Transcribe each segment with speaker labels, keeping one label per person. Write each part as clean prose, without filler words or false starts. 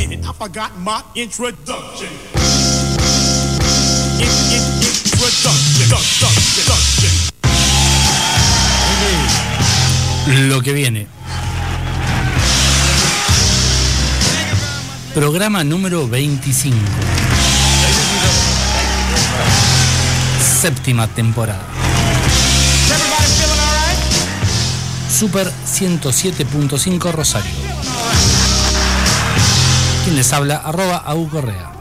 Speaker 1: minute, I forgot my introduction.
Speaker 2: Lo que viene. Programa número 25. Séptima temporada. Super 107.5 Rosario. Quien les habla, @AuCorrea.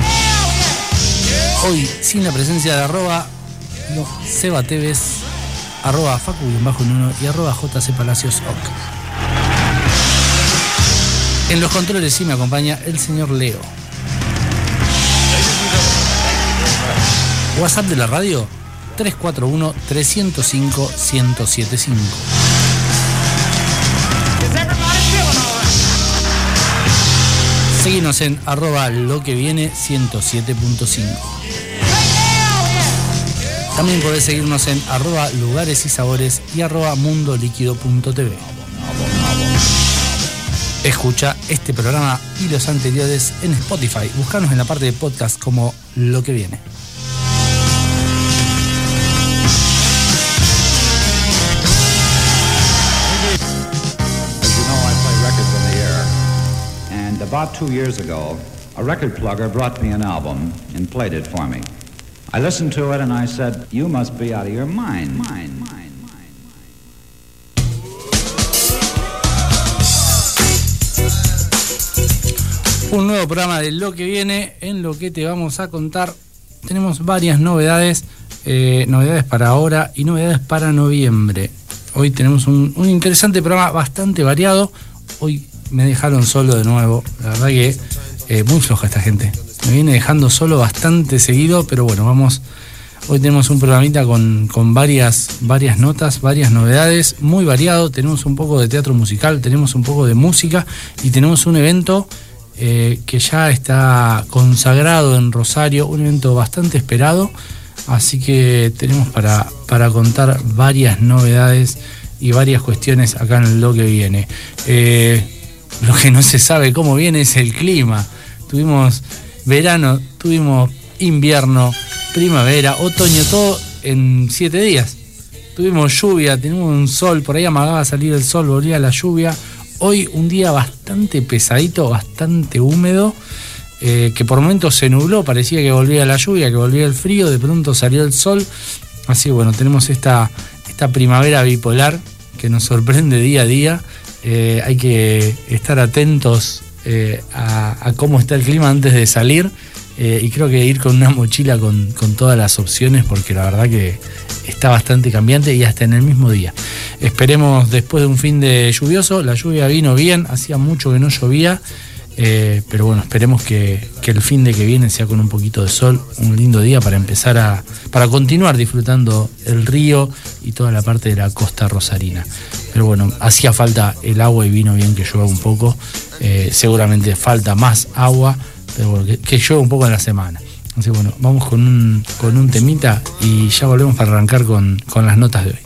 Speaker 2: Hoy sin la presencia de Seba Tevez, @Facu_1 y @JCPalaciosOc. En los controles sí me acompaña el señor Leo. WhatsApp de la radio 341-305-1075. Seguinos en @loqueviene107.5. También podés seguirnos en @lugares y sabores y @mundoliquido.tv. Escucha este programa y los anteriores en Spotify. Buscanos en la parte de podcast como Lo que Viene.
Speaker 3: About 2 years ago, a record plugger brought me an album and played it for me. I listened to it and I said, "You must be out of your mind."
Speaker 2: Un nuevo programa de Lo que Viene, en lo que te vamos a contar. Tenemos varias novedades, novedades para ahora y novedades para noviembre. Hoy tenemos un interesante programa bastante variado. Hoy me dejaron solo de nuevo, la verdad que muy floja esta gente, me viene dejando solo bastante seguido, pero bueno, vamos, hoy tenemos un programita con varias notas, varias novedades, muy variado. Tenemos un poco de teatro musical, tenemos un poco de música y tenemos un evento que ya está consagrado en Rosario, un evento bastante esperado, así que tenemos para contar varias novedades y varias cuestiones acá en Lo que Viene. Lo que no se sabe cómo viene es el clima. Tuvimos verano, tuvimos invierno, primavera, otoño, todo en 7 días. Tuvimos lluvia, tenemos un sol, por ahí amagaba a salir el sol, volvía la lluvia. Hoy un día bastante pesadito, bastante húmedo, que por momentos se nubló, parecía que volvía la lluvia, que volvía el frío, de pronto salió el sol. Así que bueno, tenemos esta primavera bipolar que nos sorprende día a día. Hay que estar atentos a cómo está el clima antes de salir, y creo que ir con una mochila con todas las opciones, porque la verdad que está bastante cambiante y hasta en el mismo día. Esperemos después de un fin de lluvioso. La lluvia vino bien, hacía mucho que no llovía, pero bueno, esperemos que el fin de que viene sea con un poquito de sol, un lindo día para empezar para continuar disfrutando el río y toda la parte de la costa rosarina. Pero bueno, hacía falta el agua y vino bien que llueva un poco. Seguramente falta más agua, pero bueno, que llueva un poco en la semana. Así que bueno, vamos con un temita y ya volvemos para arrancar con las notas de hoy.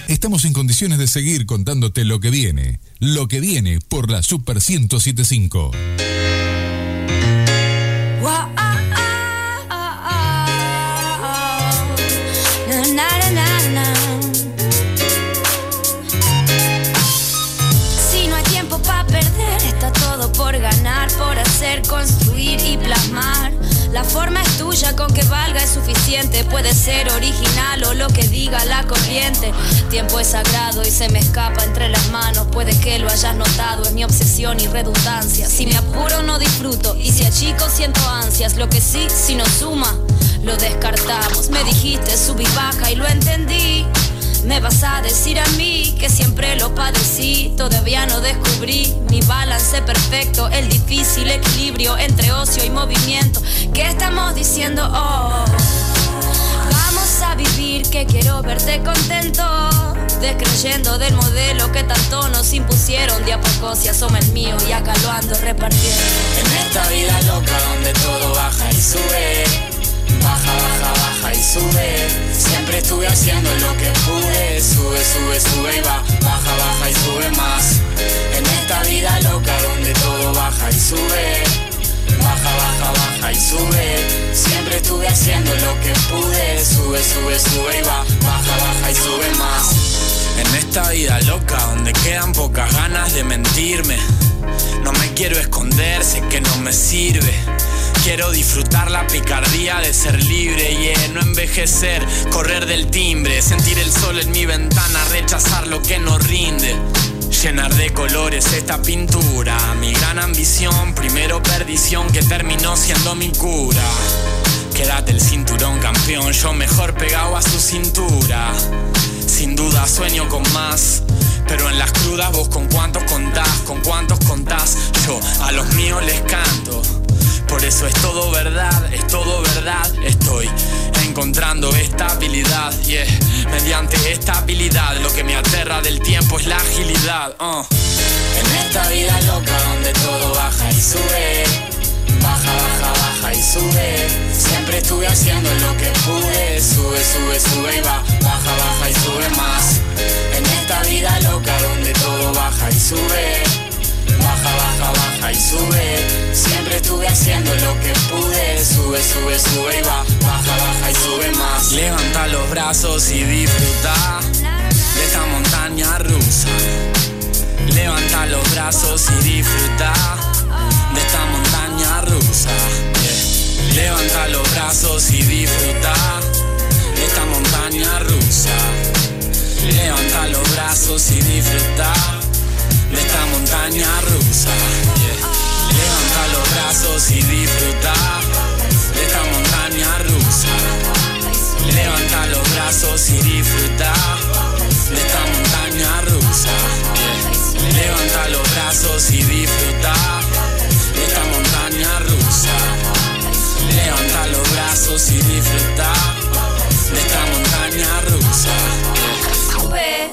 Speaker 4: estamos en condiciones de seguir contándote lo que viene. Lo que viene por la Super 107.5.
Speaker 5: Si no hay tiempo para perder, está todo por ganar, por hacer, construir y plasmar. La forma es tuya, con que valga es suficiente. Puede ser original o lo que diga la corriente. Tiempo es sagrado y se me escapa entre las manos. Puede que lo hayas notado, es mi obsesión y redundancia. Si me apuro no disfruto y si achico siento ansias. Lo que sí, si no suma, lo descartamos. Me dijiste sub y baja y lo entendí. Me vas a decir a mí que siempre lo padecí. Todavía no descubrí mi balance perfecto, el difícil equilibrio entre ocio y movimiento. ¿Qué estamos diciendo? Oh, vamos a vivir, que quiero verte contento. Descreyendo del modelo que tanto nos impusieron. De a poco se asoma el mío y acá lo ando repartiendo.
Speaker 6: En esta vida loca donde todo baja y sube, baja, baja, baja y sube. Siempre estuve haciendo lo que pude. Sube, sube, sube y va. Baja, baja y sube más. En esta vida loca donde todo baja y sube, baja, baja, baja y sube. Siempre estuve haciendo lo que pude. Sube, sube, sube y va. Baja, baja y sube más. En esta vida loca donde quedan pocas ganas de mentirme. No me quiero esconder, sé que no me sirve. Quiero disfrutar la picardía de ser libre y no envejecer, correr del timbre, sentir el sol en mi ventana, rechazar lo que no rinde. Llenar de colores esta pintura, mi gran ambición, primero perdición que terminó siendo mi cura. Quédate el cinturón campeón, yo mejor pegado a su cintura. Sin duda sueño con más, pero en las crudas vos con cuántos contás. Yo a los míos les canto. Por eso es todo verdad, estoy encontrando estabilidad, yeah. Mediante esta habilidad, lo que me aterra del tiempo es la agilidad, En esta vida loca donde todo baja y sube, baja, baja, baja y sube. Siempre estuve haciendo lo que pude. Sube, sube, sube y va. Baja, baja y sube más. En esta vida loca donde todo baja y sube, baja, baja, baja y sube. Siempre estuve haciendo lo que pude. Sube, sube, sube y va. Baja, baja y sube más. Levanta los brazos y disfruta de esta montaña rusa. Levanta los brazos y disfruta de esta montaña rusa, yeah. Levanta los brazos y disfruta de esta montaña rusa. Levanta los brazos y disfruta de esta montaña rusa, yeah. Levanta los brazos y disfruta de esta montaña rusa. Levanta los brazos y disfruta de esta montaña rusa, yeah. Levanta los brazos y disfruta de esta montaña rusa. Levanta los brazos y disfruta de esta montaña rusa, yeah.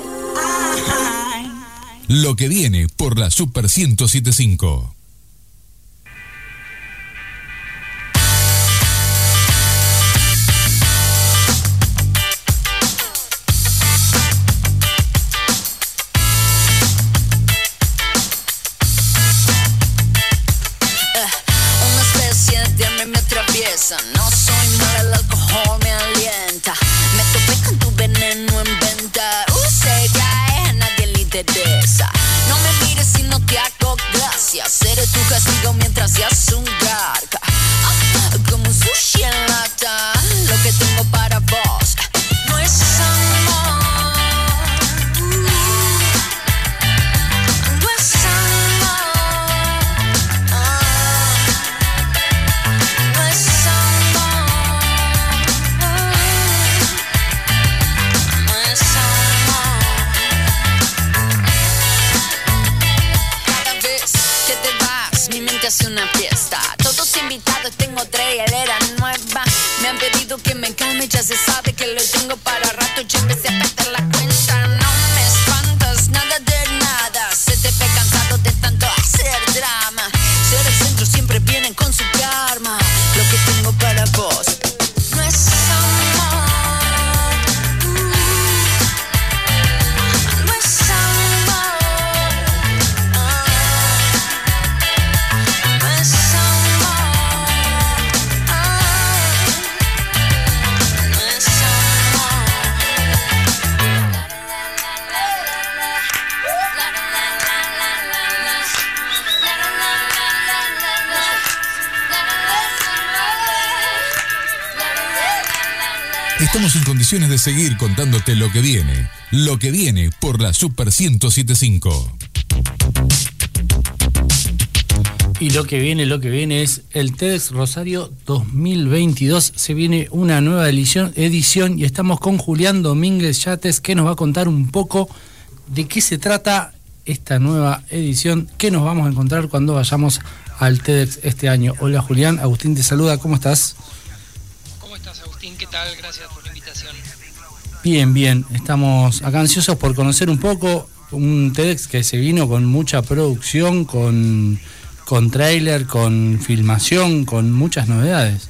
Speaker 4: Lo que viene por la Super 107.5.
Speaker 7: Una especie de hambre me atraviesa. No soy mala, el alcohol me alienta. Me topé con tu veneno en venta. Se cae, a nadie le interesa. No me mires si no te hago gracia. Seré tu castigo mientras seas un garca. Como un sushi en lata. Lo que tengo para vos no es amor. No es amor. No es amor. No es amor. Cada vez que te vas, mi mente hace una fiesta. Todos invitados, tengo otra hielera nueva. Me han pedido que me calme, ya se sabe que lo tengo para rato. Ya empecé a perder la cuenta. No me espantas, nada de nada. Se te ve cansado de tanto hacer drama. Ser el centro siempre vienen con su karma. Lo que tengo para vos no es amor.
Speaker 4: Estamos en condiciones de seguir contándote lo que viene. Lo que viene por la Super 107.5.
Speaker 2: Y lo que viene es el TEDx Rosario 2022. Se viene una nueva edición y estamos con Julián Domínguez Yates, que nos va a contar un poco de qué se trata esta nueva edición, qué nos vamos a encontrar cuando vayamos al TEDx este año. Hola Julián, Agustín te saluda, ¿cómo estás?
Speaker 8: ¿Cómo estás, Agustín? ¿Qué tal? Gracias por la invitación.
Speaker 2: Bien, estamos acá ansiosos por conocer un poco un TEDx que se vino con mucha producción, con tráiler, con filmación, con muchas novedades.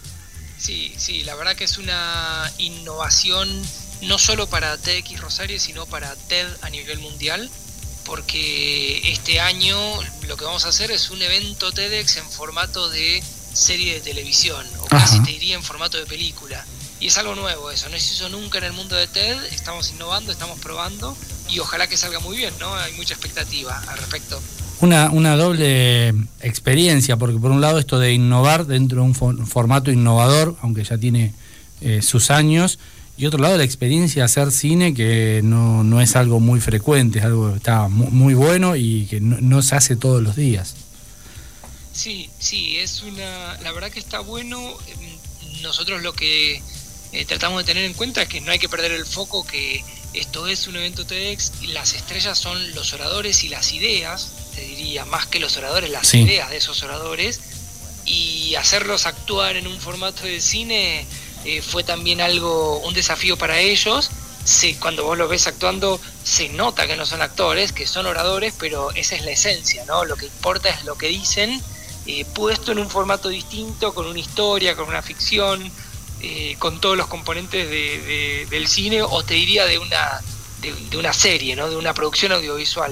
Speaker 8: Sí, la verdad que es una innovación no solo para TEDx Rosario, sino para TED a nivel mundial, porque este año lo que vamos a hacer es un evento TEDx en formato de serie de televisión, o casi te diría en formato de película. Y es algo nuevo eso, no se hizo nunca en el mundo de TED, estamos innovando, estamos probando, y ojalá que salga muy bien, ¿no? Hay mucha expectativa al respecto.
Speaker 2: Una doble experiencia, porque por un lado esto de innovar dentro de un formato innovador, aunque ya tiene sus años, y otro lado la experiencia de hacer cine, que no es algo muy frecuente, es algo que está muy bueno y que no se hace todos los días.
Speaker 8: Sí, la verdad que está bueno. Nosotros lo que tratamos de tener en cuenta es que no hay que perder el foco, que esto es un evento TEDx y las estrellas son los oradores y las ideas, te diría, más que los oradores, las ideas de esos oradores, y hacerlos actuar en un formato de cine fue también un desafío para ellos. Cuando vos los ves actuando se nota que no son actores, que son oradores, pero esa es la esencia, ¿no? Lo que importa es lo que dicen, puesto en un formato distinto, con una historia, con una ficción, con todos los componentes del cine, o te diría de una serie, ¿no? De una producción audiovisual.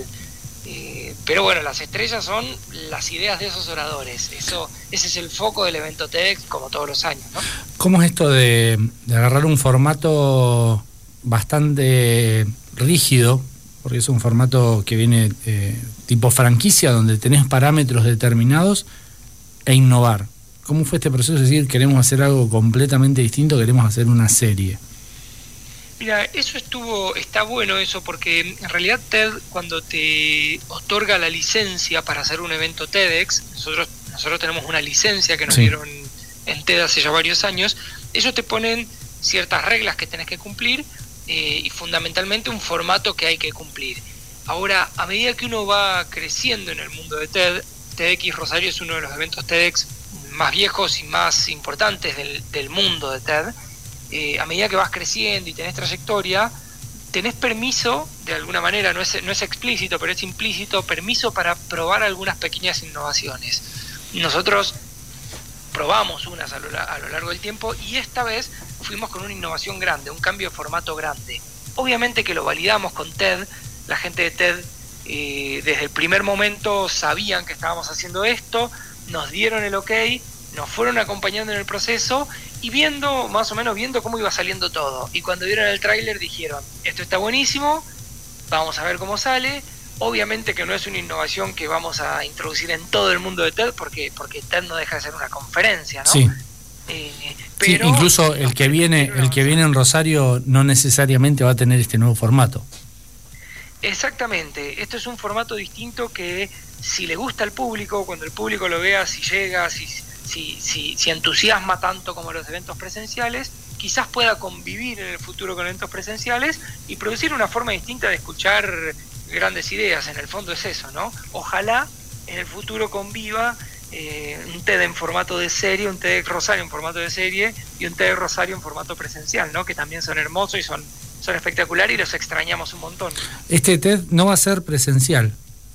Speaker 8: Pero bueno, las estrellas son las ideas de esos oradores. Ese es el foco del evento TEDx, como todos los años, ¿no?
Speaker 2: ¿Cómo es esto de agarrar un formato bastante rígido, porque es un formato que viene tipo franquicia, donde tenés parámetros determinados, e innovar? ¿Cómo fue este proceso? Es decir, queremos hacer algo completamente distinto, queremos hacer una serie.
Speaker 8: Mira, está bueno eso, porque en realidad TED, cuando te otorga la licencia para hacer un evento TEDx, nosotros tenemos una licencia que nos dieron en TED hace ya varios años, ellos te ponen ciertas reglas que tenés que cumplir y fundamentalmente un formato que hay que cumplir. Ahora, a medida que uno va creciendo en el mundo de TED, TEDx Rosario es uno de los eventos TEDx más viejos y más importantes del mundo de TED. A medida que vas creciendo y tenés trayectoria, tenés permiso, de alguna manera, no es explícito, pero es implícito, permiso para probar algunas pequeñas innovaciones. Nosotros probamos unas a lo largo del tiempo, y esta vez fuimos con una innovación grande, un cambio de formato grande. Obviamente que lo validamos con TED, la gente de TED desde el primer momento sabían que estábamos haciendo esto, nos dieron el ok, nos fueron acompañando en el proceso y más o menos viendo cómo iba saliendo todo. Y cuando vieron el tráiler dijeron, esto está buenísimo, vamos a ver cómo sale. Obviamente que no es una innovación que vamos a introducir en todo el mundo de TED, porque TED no deja de ser una conferencia, ¿no?
Speaker 2: Sí.
Speaker 8: Pero
Speaker 2: sí, incluso el que viene en Rosario no necesariamente va a tener este nuevo formato.
Speaker 8: Exactamente, esto es un formato distinto que, si le gusta al público, cuando el público lo vea, si llega, si entusiasma tanto como los eventos presenciales, quizás pueda convivir en el futuro con eventos presenciales y producir una forma distinta de escuchar grandes ideas. En el fondo es eso, ¿no? Ojalá en el futuro conviva un TED en formato de serie, un TED Rosario en formato de serie y un TED Rosario en formato presencial, ¿no? Que también son hermosos y son espectaculares y los extrañamos un montón.
Speaker 2: Este TED no va a ser presencial.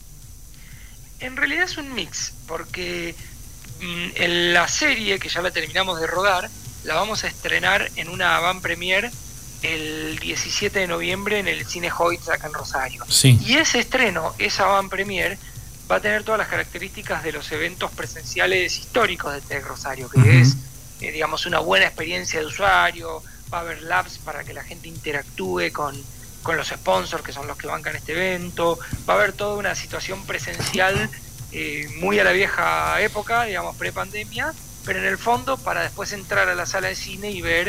Speaker 8: En realidad es un mix, porque en la serie, que ya la terminamos de rodar, la vamos a estrenar en una avant premiere el 17 de noviembre en el Cine Hoyts acá en Rosario.
Speaker 2: Sí.
Speaker 8: Y ese estreno, esa avant premiere, va a tener todas las características de los eventos presenciales históricos de TED Rosario, que es, digamos, una buena experiencia de usuario, va a haber labs para que la gente interactúe con los sponsors, que son los que bancan este evento, va a haber toda una situación presencial muy a la vieja época, digamos, pre-pandemia, pero en el fondo para después entrar a la sala de cine y ver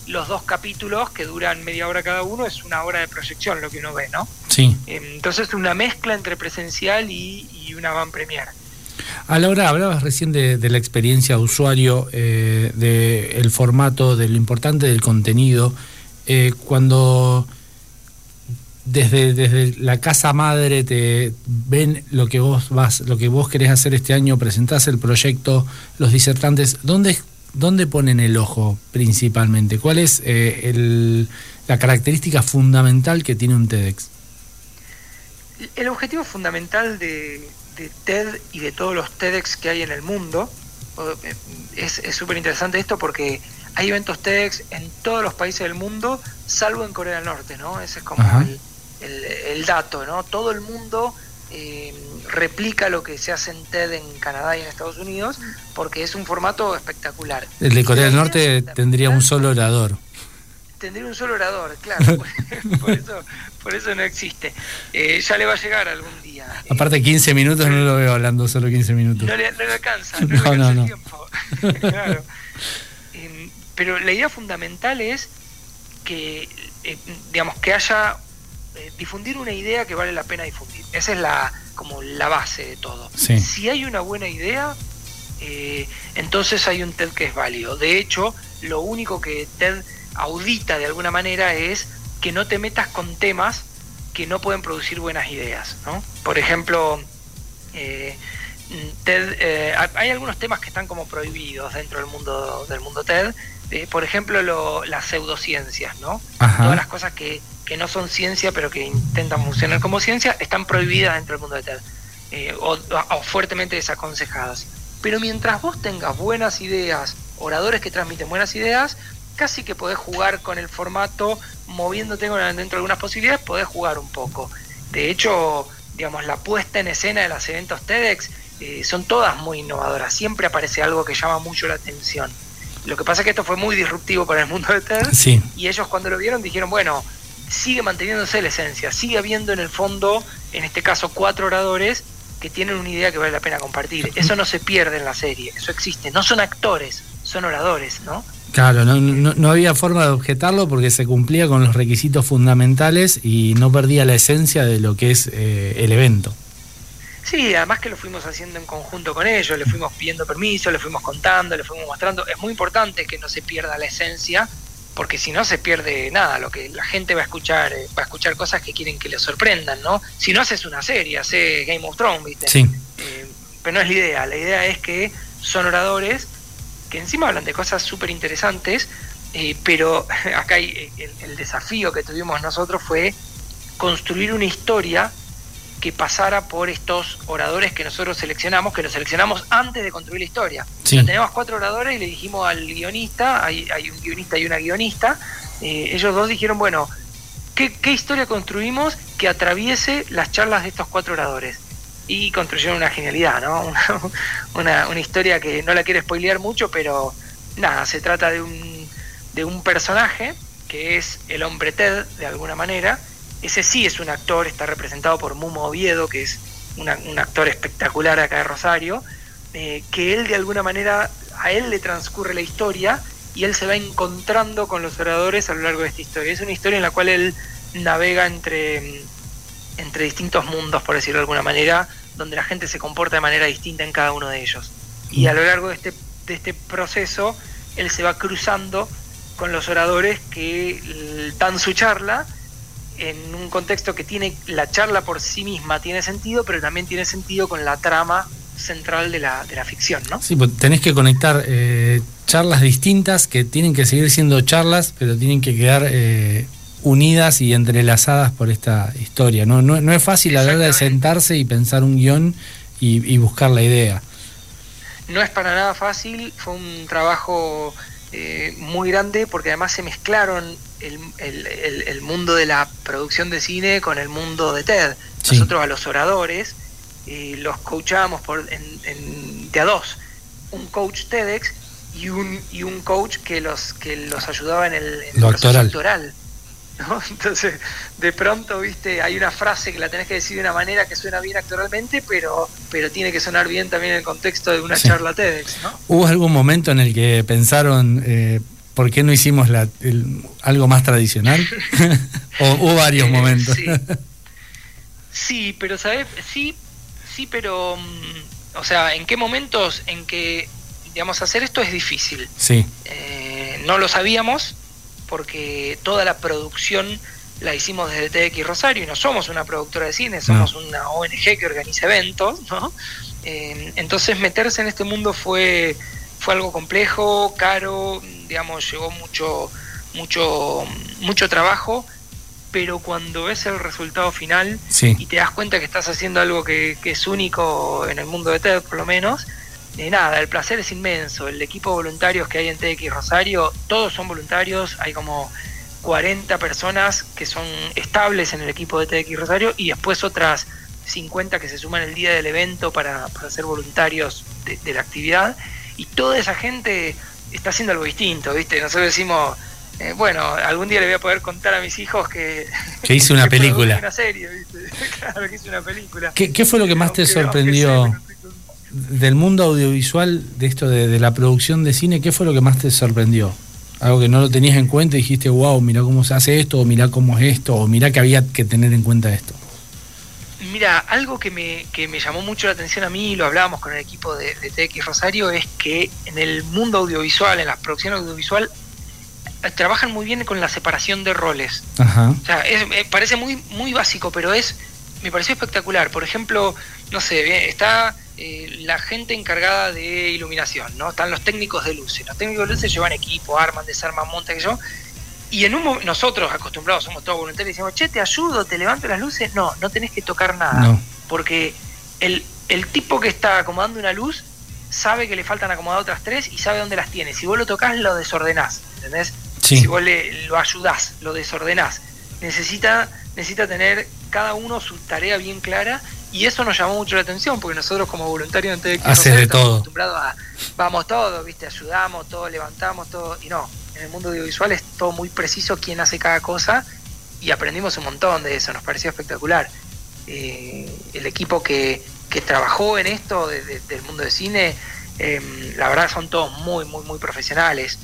Speaker 8: los 2 capítulos que duran media hora cada uno, es 1 hora de proyección lo que uno ve, ¿no?
Speaker 2: Sí.
Speaker 8: Entonces una mezcla entre presencial y una van premiere.
Speaker 2: A la hora, hablabas recién de la experiencia de usuario, del formato, de lo importante del contenido. Cuando desde la casa madre te ven lo que vos querés hacer este año, presentás el proyecto, los disertantes, ¿dónde ponen el ojo principalmente? ¿Cuál es la característica fundamental que tiene un TEDx?
Speaker 8: El objetivo fundamental de TED y de todos los TEDx que hay en el mundo, es súper interesante esto porque hay eventos TEDx en todos los países del mundo, salvo en Corea del Norte, ¿no? Ese es como el dato, ¿no? Todo el mundo replica lo que se hace en TED en Canadá y en Estados Unidos porque es un formato espectacular.
Speaker 2: El de Corea del Norte tendría un solo orador.
Speaker 8: Tendría un solo orador, claro, por eso no existe. Ya le va a llegar algún día.
Speaker 2: Aparte 15 minutos no lo veo hablando, solo 15 minutos.
Speaker 8: No le alcanza, no le alcanza el tiempo. Claro. Pero la idea fundamental es que, digamos, que haya difundir una idea que vale la pena difundir. Esa es como la base de todo.
Speaker 2: Sí.
Speaker 8: Si hay una buena idea, entonces hay un TED que es válido. De hecho, lo único que TED audita de alguna manera es que no te metas con temas que no pueden producir buenas ideas, ¿no? Por ejemplo, TED, hay algunos temas que están como prohibidos dentro del mundo TED, por ejemplo las pseudociencias, ¿no?
Speaker 2: Ajá.
Speaker 8: Todas las cosas que no son ciencia pero que intentan funcionar como ciencia están prohibidas dentro del mundo de TED, o fuertemente desaconsejadas. Pero mientras vos tengas buenas ideas, oradores que transmiten buenas ideas, casi que podés jugar con el formato, moviéndote dentro de algunas posibilidades, podés jugar un poco. De hecho, digamos, la puesta en escena de los eventos TEDx son todas muy innovadoras. Siempre aparece algo que llama mucho la atención. Lo que pasa es que esto fue muy disruptivo para el mundo de TED,
Speaker 2: sí.
Speaker 8: Y ellos cuando lo vieron dijeron, bueno, sigue manteniéndose la esencia, sigue habiendo en el fondo, en este caso 4 oradores que tienen una idea que vale la pena compartir. Eso no se pierde en la serie, eso existe. No son actores, son oradores, ¿no?
Speaker 2: Claro, no había forma de objetarlo porque se cumplía con los requisitos fundamentales y no perdía la esencia de lo que es el evento.
Speaker 8: Sí, además que lo fuimos haciendo en conjunto con ellos, le fuimos pidiendo permiso, le fuimos contando, le fuimos mostrando. Es muy importante que no se pierda la esencia, porque si no se pierde nada, lo que la gente va a escuchar cosas que quieren que les sorprendan, ¿no? Si no haces una serie, haces Game of Thrones, ¿viste?
Speaker 2: Sí.
Speaker 8: Pero no es la idea es que son oradores que encima hablan de cosas súper interesantes, pero acá hay el desafío que tuvimos nosotros fue construir una historia que pasara por estos oradores que nosotros seleccionamos, que los seleccionamos antes de construir la historia.
Speaker 2: Sí.
Speaker 8: Tenemos 4 oradores y le dijimos al guionista, hay un guionista y una guionista, ellos 2 dijeron, bueno, ¿qué historia construimos que atraviese las charlas de estos 4 oradores? Y construyeron una genialidad, ¿no? Una historia que no la quiero spoilear mucho, pero nada, se trata de un personaje que es el hombre TED, de alguna manera. Ese sí es un actor, está representado por Mumo Oviedo, que es un actor espectacular acá de Rosario, que él de alguna manera, a él le transcurre la historia y él se va encontrando con los oradores a lo largo de esta historia. Es una historia en la cual él navega entre distintos mundos, por decirlo de alguna manera, donde la gente se comporta de manera distinta en cada uno de ellos. Y a lo largo de este proceso, él se va cruzando con los oradores que dan su charla en un contexto que tiene, la charla por sí misma tiene sentido, pero también tiene sentido con la trama central de la ficción, ¿no? Sí,
Speaker 2: pues tenés que conectar charlas distintas que tienen que seguir siendo charlas, pero tienen que quedar unidas y entrelazadas por esta historia. No es fácil a la hora de sentarse y pensar un guión y buscar la idea.
Speaker 8: No es para nada fácil, fue un trabajo muy grande porque además se mezclaron el mundo de la producción de cine con el mundo de TED. Sí. Nosotros a los oradores los coachábamos de a 2, un coach TEDx y un coach que los ayudaba en el proceso actoral, ¿no? Entonces, de pronto, viste, hay una frase que la tenés que decir de una manera que suena bien actoralmente, pero tiene que sonar bien también en el contexto de una charla TEDx, ¿no?
Speaker 2: ¿Hubo algún momento en el que pensaron ¿por qué no hicimos algo más tradicional? ¿O hubo varios momentos?
Speaker 8: Sí, pero ¿sabes? Sí, pero o sea, ¿en qué momentos en que, digamos, hacer esto es difícil?
Speaker 2: Sí.
Speaker 8: No lo sabíamos porque toda la producción la hicimos desde TX Rosario y no somos una productora de cine, somos una ONG que organiza eventos, ¿no? Entonces meterse en este mundo fue algo complejo, caro, digamos, llevó mucho trabajo, pero cuando ves el resultado final y te das cuenta que estás haciendo algo que es único en el mundo de TED, por lo menos, nada, el placer es inmenso. El equipo de voluntarios que hay en TX Rosario, todos son voluntarios, hay como 40 personas que son estables en el equipo de TX Rosario y después otras 50 que se suman el día del evento para ser voluntarios de la actividad, y toda esa gente está haciendo algo distinto, ¿viste? Nosotros decimos, bueno, algún día le voy a poder contar a mis hijos que
Speaker 2: hice una película.
Speaker 8: Una serie, ¿viste? Claro, que hice una película.
Speaker 2: ¿Qué fue lo que más te sorprendió del mundo audiovisual, de esto de la producción de cine? ¿Qué fue lo que más te sorprendió? Algo que no lo tenías en cuenta y dijiste, wow, mirá cómo se hace esto, o mirá cómo es esto, o mirá que había que tener en cuenta esto.
Speaker 8: Mira, algo que me llamó mucho la atención a mí, y lo hablábamos con el equipo de TX Rosario, es que en el mundo audiovisual, en la producción audiovisual, trabajan muy bien con la separación de roles.
Speaker 2: Ajá.
Speaker 8: O sea, parece muy básico, pero me pareció espectacular. Por ejemplo, no sé, está la gente encargada de iluminación, ¿no? Están los técnicos de luces. Los técnicos de luces llevan equipo, arman, desarman, montan, y nosotros acostumbrados, somos todos voluntarios, decimos, che, te ayudo, te levanto las luces. No tenés que tocar nada, porque el tipo que está acomodando una luz sabe que le faltan acomodar otras 3 y sabe dónde las tiene. Si vos lo tocas, lo desordenás, ¿entendés?
Speaker 2: Sí.
Speaker 8: Si vos lo ayudás, lo desordenás. Necesita tener cada uno su tarea bien clara, y eso nos llamó mucho la atención, porque nosotros como voluntarios en TX
Speaker 2: Rosario estamos
Speaker 8: acostumbrados a, vamos todos, ¿viste? Ayudamos, todo, levantamos, todo, y no. En el mundo audiovisual es todo muy preciso quién hace cada cosa, y aprendimos un montón de eso, nos pareció espectacular. El equipo que trabajó en esto del mundo de cine, la verdad son todos muy profesionales,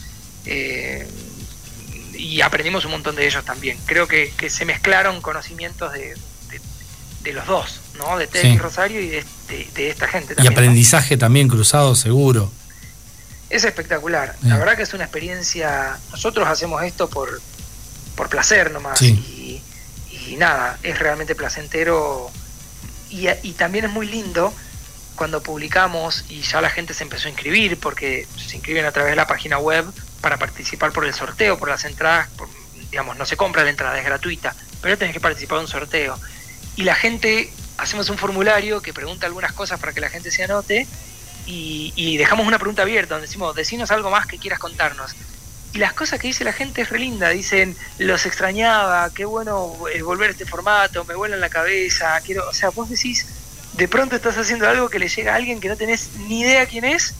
Speaker 8: y aprendimos un montón de ellos también. Creo que se mezclaron conocimientos de los dos, ¿no? De TX Rosario y de esta gente también.
Speaker 2: Y aprendizaje, ¿no? También cruzado, seguro.
Speaker 8: Es espectacular. La verdad que es una experiencia. Nosotros hacemos esto por placer nomás. Y nada, es realmente placentero. Y también es muy lindo cuando publicamos y ya la gente se empezó a inscribir, porque se inscriben a través de la página web para participar por el sorteo, por las entradas. Digamos, no se compra la entrada, es gratuita, pero tenés que participar de un sorteo. Y la gente, hacemos un formulario que pregunta algunas cosas para que la gente se anote, y dejamos una pregunta abierta donde decimos, decinos algo más que quieras contarnos. Y las cosas que dice la gente es re linda. Dicen, los extrañaba, qué bueno volver a este formato, me vuela en la cabeza, quiero. O sea, vos decís, de pronto estás haciendo algo que le llega a alguien que no tenés ni idea quién es,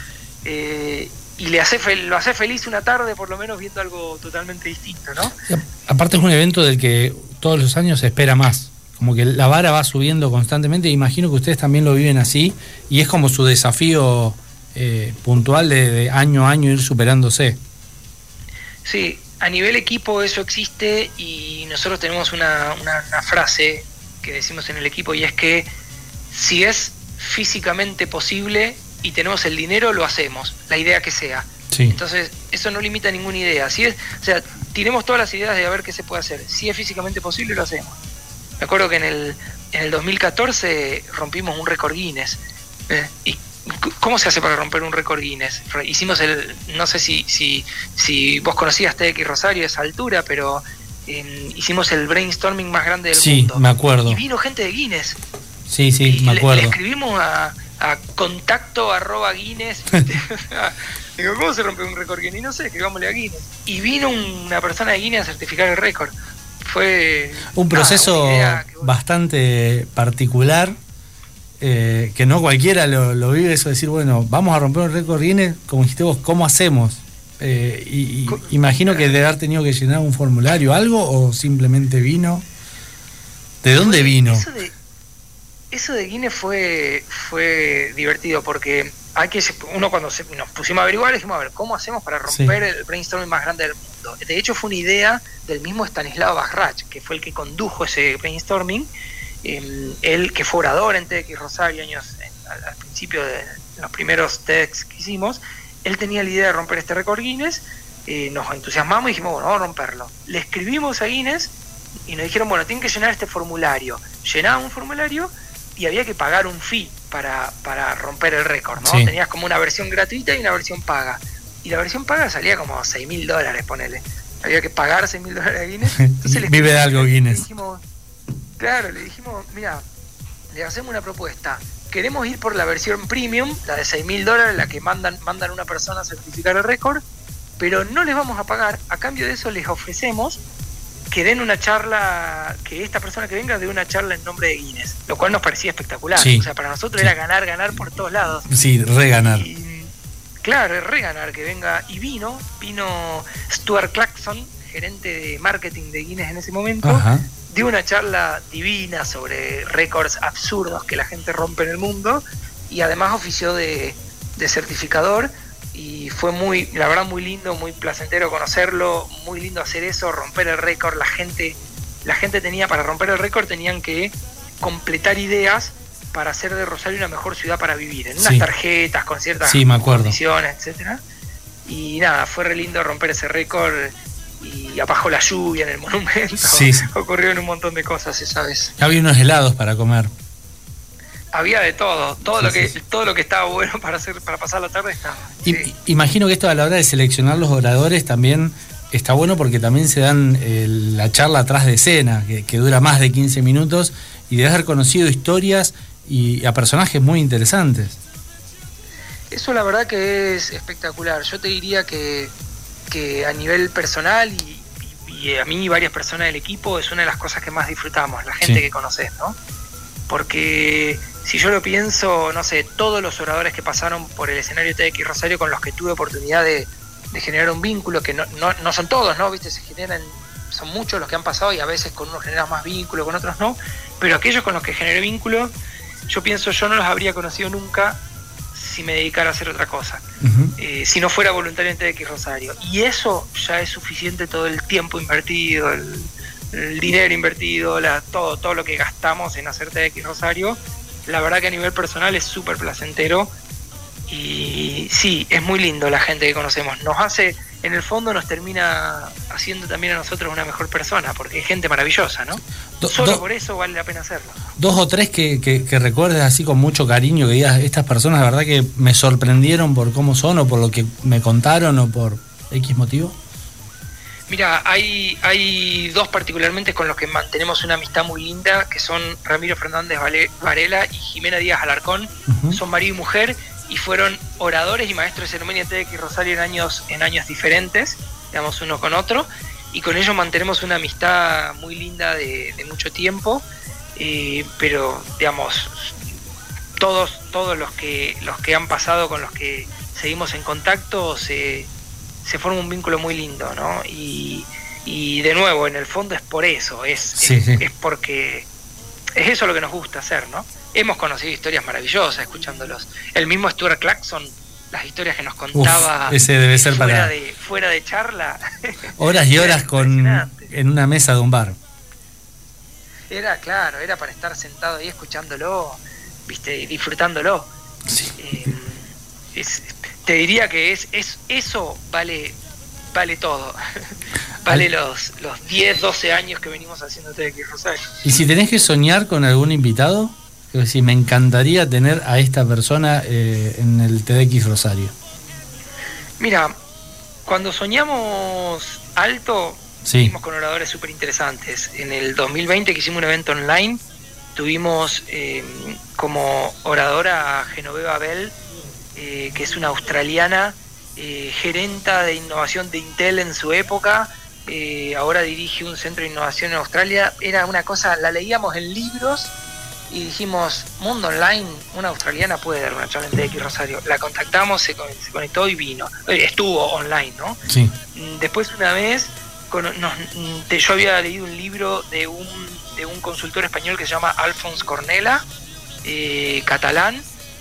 Speaker 8: y lo hace feliz una tarde, por lo menos, viendo algo totalmente distinto, ¿no?
Speaker 2: Aparte es un evento del que todos los años se espera más. Como que la vara va subiendo constantemente. Imagino que ustedes también lo viven así, y es como su desafío puntual de año a año ir superándose.
Speaker 8: Sí, a nivel equipo eso existe, y nosotros tenemos una frase que decimos en el equipo, y es que si es físicamente posible y tenemos el dinero, lo hacemos, la idea que sea.
Speaker 2: Sí.
Speaker 8: Entonces eso no limita ninguna idea. O sea, tiremos todas las ideas de a ver qué se puede hacer. Si es físicamente posible, lo hacemos. Me acuerdo que en el 2014 rompimos un récord Guinness. ¿Y cómo se hace para romper un récord Guinness? Hicimos no sé si vos conocías TX Rosario a esa altura, pero hicimos el brainstorming más grande del mundo.
Speaker 2: Sí, me acuerdo.
Speaker 8: Y vino gente de Guinness.
Speaker 2: Sí, me acuerdo.
Speaker 8: Le escribimos a contacto@Guinness. Digo, ¿cómo se rompe un récord Guinness? Y no sé, escribámosle a Guinness. Y vino una persona de Guinness a certificar el récord. Fue
Speaker 2: un proceso bastante particular, que no cualquiera lo vive, eso de decir, bueno, vamos a romper un récord Guinness, como dijiste vos, ¿cómo hacemos? Imagino que debe haber tenido que llenar un formulario, algo, o simplemente vino. ¿De dónde vino?
Speaker 8: Eso de Guinness fue divertido, porque uno cuando nos pusimos a averiguar, dijimos, a ver, ¿cómo hacemos para romper el brainstorming más grande del mundo? De hecho, fue una idea del mismo Stanislav Bajrach, que fue el que condujo ese brainstorming, él que fue orador en TEDx Rosario al principio de los primeros TEDx que hicimos. Él tenía la idea de romper este récord Guinness, nos entusiasmamos y dijimos, bueno, vamos a romperlo. Le escribimos a Guinness y nos dijeron, bueno, tienen que llenar este formulario. Llenaba un formulario y había que pagar un fee para romper el récord, ¿no? Sí. Tenías como una versión gratuita y una versión paga. Y la versión paga salía como $6.000, ponele. Había que pagar $6.000 a Guinness. Entonces
Speaker 2: vive de algo Guinness.
Speaker 8: Le dijimos, mira, le hacemos una propuesta. Queremos ir por la versión premium, la de $6.000, la que mandan una persona a certificar el récord, pero no les vamos a pagar. A cambio de eso les ofrecemos que den una charla, que esta persona que venga dé una charla en nombre de Guinness, lo cual nos parecía espectacular. Sí. O sea, para nosotros era ganar por todos lados.
Speaker 2: Sí, reganar.
Speaker 8: Claro, reganar, que venga. Y vino Stuart Clarkson, gerente de marketing de Guinness en ese momento. Ajá. Dio una charla divina sobre récords absurdos que la gente rompe en el mundo, y además ofició de certificador, y fue la verdad muy lindo, muy placentero conocerlo, muy lindo hacer eso, romper el récord. La gente tenía, para romper el récord tenían que completar ideas para hacer de Rosario una mejor ciudad para vivir, en unas tarjetas con ciertas condiciones, etcétera. Y nada, fue re lindo romper ese récord. Y apagó la lluvia en el monumento. Sí. Ocurrieron un montón de cosas esa vez.
Speaker 2: Había unos helados para comer.
Speaker 8: Había de todo, todo lo que estaba bueno para pasar la tarde estaba. Sí.
Speaker 2: Imagino que esto a la hora de seleccionar los oradores también está bueno, porque también se dan la charla atrás de escena, que dura más de 15 minutos, y debes haber conocido historias y a personajes muy interesantes.
Speaker 8: Eso la verdad que es espectacular. Yo te diría que a nivel personal y a mí y varias personas del equipo es una de las cosas que más disfrutamos, la gente que conoces, ¿no? Porque si yo lo pienso, no sé, todos los oradores que pasaron por el escenario TEDx Rosario con los que tuve oportunidad de generar un vínculo, que no son todos, ¿no? ¿Viste? Son muchos los que han pasado, y a veces con unos generas más vínculo, con otros no, pero aquellos con los que generé vínculo, yo pienso, yo no los habría conocido nunca si me dedicara a hacer otra cosa, si no fuera voluntario en TEDx Rosario. Y eso ya es suficiente, todo el tiempo invertido, el dinero invertido, todo lo que gastamos en hacer TEDx Rosario. La verdad que a nivel personal es súper placentero, y sí, es muy lindo la gente que conocemos. En el fondo nos termina haciendo también a nosotros una mejor persona, porque es gente maravillosa, ¿no? Solo por eso vale la pena hacerlo. 2 o 3 que recuerdes así con mucho cariño, que digas, estas personas la verdad que me sorprendieron por cómo son, o por lo que me contaron, o por X motivo. Mira, hay 2 particularmente con los que mantenemos una amistad muy linda, que son Ramiro Fernández Varela y Jimena Díaz Alarcón. Son marido y mujer, y fueron oradores y maestros de ceremonia TEDx Rosario en años diferentes, digamos, uno con otro, y con ellos mantenemos una amistad muy linda de mucho tiempo, pero digamos, todos los que han pasado, con los que seguimos en contacto, se forma un vínculo muy lindo, ¿no? Y de nuevo, en el fondo es por eso, es porque es eso lo que nos gusta hacer, ¿no? Hemos conocido historias maravillosas escuchándolos. El mismo Stuart Clarkson, las historias que nos contaba. Ese debe ser fuera de charla. Horas y horas en una mesa de un bar. Era para estar sentado ahí escuchándolo, ¿viste? Disfrutándolo. Sí. Te diría que eso vale todo. Vale los 10, 12 años que venimos haciendo TEDx Rosario. ¿Y si tenés que soñar con algún invitado? Es decir, me encantaría tener a esta persona en el TEDx Rosario. Mira, cuando soñamos alto, estuvimos con oradores súper interesantes. En el 2020, que hicimos un evento online, tuvimos como oradora a Genoveva Bell, que es una australiana, gerenta de innovación de Intel en su época. Ahora dirige un centro de innovación en Australia. Era una cosa, la leíamos en libros y dijimos, mundo online, una australiana puede dar una charla en TEDx Rosario. La contactamos, se conectó y vino. Estuvo online, ¿no? Sí. Después, una vez, yo había leído un libro de un consultor español que se llama Alfons Cornela, catalán,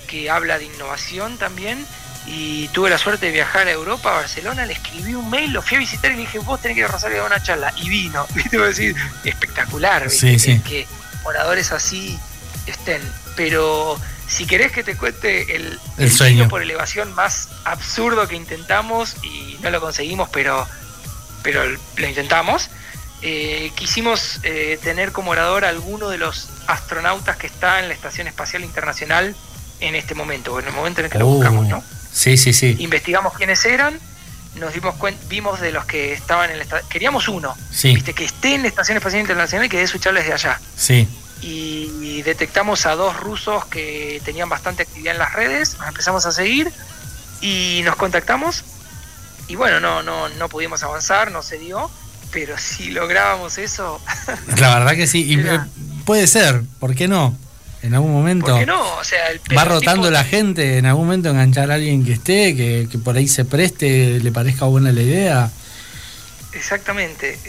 Speaker 8: que habla de innovación también, y tuve la suerte de viajar a Europa, a Barcelona, le escribí un mail, lo fui a visitar y le dije, vos tenés que ir a Rosario a dar una charla, y vino, ¿viste? Voy a decir, espectacular, ¿viste?
Speaker 2: Sí.
Speaker 8: Que oradores así estén, pero si querés que te cuente el
Speaker 2: sueño
Speaker 8: por elevación más absurdo que intentamos y no lo conseguimos, pero lo intentamos, quisimos tener como orador a alguno de los astronautas que está en la Estación Espacial Internacional en este momento, o en el momento en el que lo buscamos, ¿no?
Speaker 2: Sí.
Speaker 8: Investigamos quiénes eran, nos dimos cuenta, vimos de los que estaban en la estación, queríamos uno,
Speaker 2: sí,
Speaker 8: ¿viste? Que esté en la Estación Espacial Internacional y que dé su charla desde allá.
Speaker 2: Sí.
Speaker 8: Y detectamos a 2 rusos que tenían bastante actividad en las redes, nos empezamos a seguir y nos contactamos, y bueno, no pudimos avanzar, no se dio, pero si lográbamos eso...
Speaker 2: La verdad que sí, y puede ser, ¿por qué no? En algún momento...
Speaker 8: ¿Por qué no? O sea,
Speaker 2: va rotando la gente, en algún momento enganchar a alguien que esté, que por ahí se preste, le parezca buena la idea.
Speaker 8: Exactamente.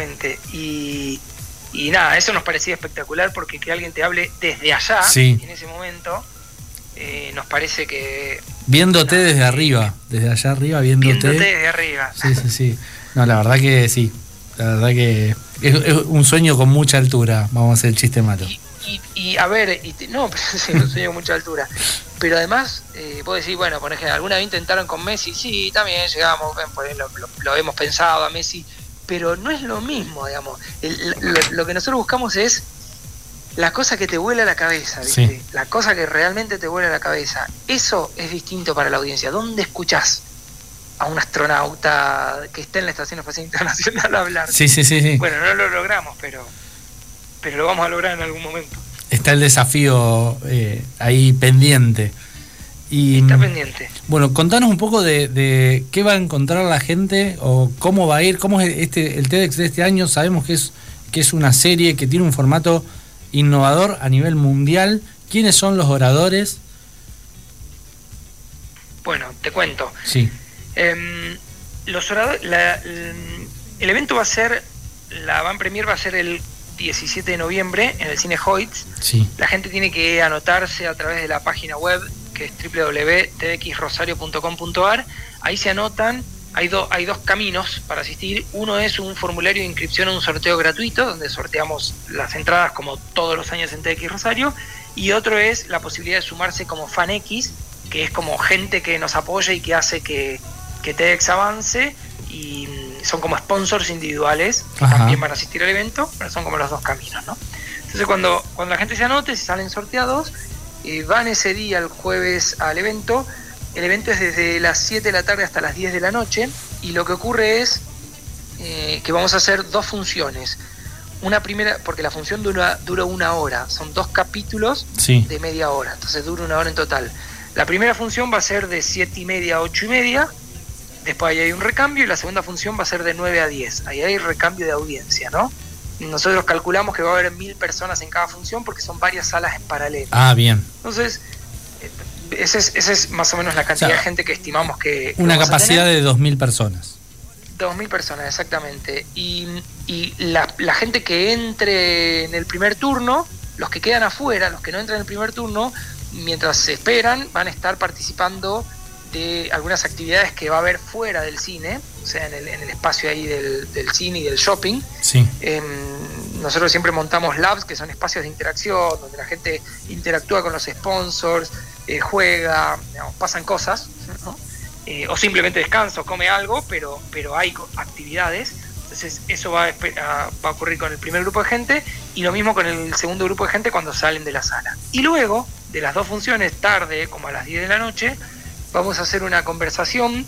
Speaker 8: Y nada, eso nos parecía espectacular, porque que alguien te hable desde allá,
Speaker 2: sí,
Speaker 8: en ese momento, nos parece que...
Speaker 2: Viéndote desde arriba, desde allá arriba, viéndote
Speaker 8: desde arriba.
Speaker 2: Sí. No, la verdad que sí. La verdad que es un sueño con mucha altura, vamos a hacer el chiste malo.
Speaker 8: Y a ver, no, pero sí, un sueño con mucha altura. Pero además, vos decís, bueno, por ejemplo, ¿alguna vez intentaron con Messi? Sí, también llegamos, por ahí lo hemos pensado a Messi, pero no es lo mismo, digamos. Lo que nosotros buscamos es la cosa que te vuela la cabeza, ¿viste?
Speaker 2: Sí.
Speaker 8: La cosa que realmente te vuela la cabeza. Eso es distinto para la audiencia. ¿Dónde escuchás a un astronauta que está en la Estación Espacial Internacional hablar?
Speaker 2: Sí.
Speaker 8: Bueno, no lo logramos, pero lo vamos a lograr en algún momento.
Speaker 2: Está el desafío ahí pendiente.
Speaker 8: Está pendiente.
Speaker 2: Bueno, contanos un poco de qué va a encontrar la gente, o cómo va a ir, cómo es el TEDx de este año. Sabemos que es una serie que tiene un formato innovador a nivel mundial. ¿Quiénes son los oradores?
Speaker 8: Bueno, te cuento.
Speaker 2: Sí.
Speaker 8: Los oradores, el evento va a ser, la van premier va a ser el 17 de noviembre en el Cine Hoyts.
Speaker 2: Sí.
Speaker 8: La gente tiene que anotarse a través de la página web, que es www.tdxrosario.com.ar. Ahí se anotan. Hay dos caminos para asistir. Uno es un formulario de inscripción a un sorteo gratuito, donde sorteamos las entradas como todos los años en TDX Rosario, y otro es la posibilidad de sumarse como Fan X, que es como gente que nos apoya y que hace que TEDx avance, y son como sponsors individuales que también van a asistir al evento, pero son como los dos caminos, ¿no? Entonces cuando la gente se anote, si salen sorteados, van ese día, el jueves, al evento. El evento es desde las 7 de la tarde hasta las 10 de la noche, y lo que ocurre es que vamos a hacer 2 funciones. Una primera, porque la función dura 1 hora, son 2 capítulos, sí, de media hora, entonces dura 1 hora en total. La primera función va a ser de 7:30 a 8:30, después ahí hay un recambio, y la segunda función va a ser de 9 a 10, ahí hay recambio de audiencia, ¿no? Nosotros calculamos que va a haber 1000 personas en cada función, porque son varias salas en paralelo.
Speaker 2: Ah, bien.
Speaker 8: Entonces, esa es más o menos la cantidad, o sea, de gente que estimamos que
Speaker 2: una capacidad de 2000 personas.
Speaker 8: 2000 personas, exactamente. Y la gente que entre en el primer turno, los que quedan afuera, los que no entran en el primer turno, mientras se esperan, van a estar participando de algunas actividades que va a haber fuera del cine, o sea, en el espacio ahí del cine y del shopping.
Speaker 2: Sí.
Speaker 8: Nosotros siempre montamos labs, que son espacios de interacción, donde la gente interactúa con los sponsors, juega, digamos, pasan cosas, ¿no? O simplemente descansa o come algo, pero hay actividades. Entonces eso va a ocurrir con el primer grupo de gente, y lo mismo con el segundo grupo de gente cuando salen de la sala. Y luego, de las 2 funciones, tarde, como a las 10 de la noche, vamos a hacer una conversación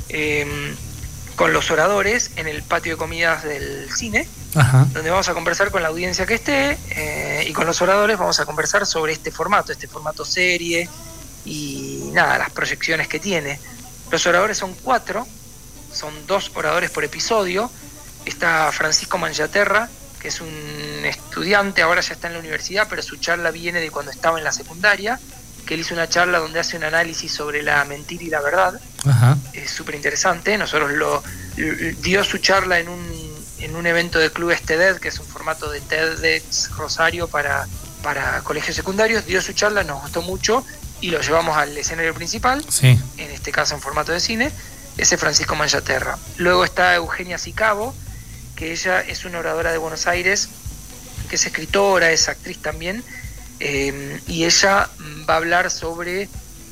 Speaker 8: con los oradores en el patio de comidas del cine. Ajá. Donde vamos a conversar con la audiencia que esté, y con los oradores vamos a conversar sobre este formato serie, y nada, las proyecciones que tiene. Los oradores son 4, son 2 oradores por episodio. Está Francisco Mangiaterra, que es un estudiante, ahora ya está en la universidad, pero su charla viene de cuando estaba en la secundaria, que él hizo una charla donde hace un análisis sobre la mentira y la verdad. Ajá. Es súper interesante. Nosotros dio su charla en un evento de Clubes TED, que es un formato de TEDx Rosario para colegios secundarios. Dio su charla, nos gustó mucho, y lo llevamos al escenario principal,
Speaker 2: Sí.
Speaker 8: en este caso en formato de cine, ese es Francisco Mangiaterra. Luego está Eugenia Sicabo, que ella es una oradora de Buenos Aires, que es escritora, es actriz también, y ella va a hablar sobre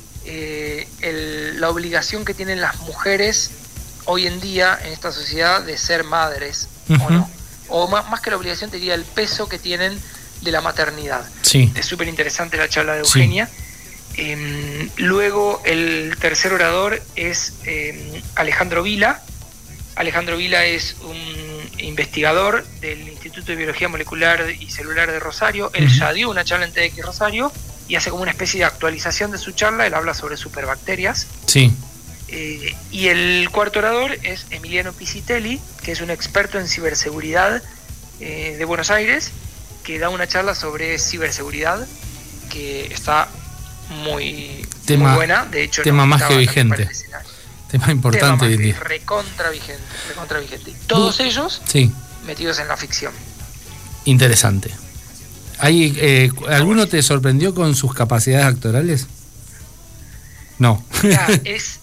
Speaker 8: la obligación que tienen las mujeres hoy en día en esta sociedad de ser madres, o no. O más que la obligación, te diría el peso que tienen de la maternidad.
Speaker 2: Sí.
Speaker 8: Es súper interesante la charla de Eugenia. Luego el tercer orador es Alejandro Vila. Alejandro Vila es un investigador del Instituto de Biología Molecular y Celular de Rosario. Él ya dio una charla en TEDx Rosario y hace como una especie de actualización de su charla. Él habla sobre superbacterias.
Speaker 2: Sí.
Speaker 8: Y el cuarto orador es Emiliano Pisitelli, que es un experto en ciberseguridad de Buenos Aires, que da una charla sobre ciberseguridad que está muy buena. De hecho,
Speaker 2: tema más que vigente. Tema importante.
Speaker 8: Tema recontra vigente. Y todos ellos metidos en la ficción.
Speaker 2: Interesante. ¿Alguno te sorprendió con sus capacidades actorales? No.
Speaker 8: Mira, es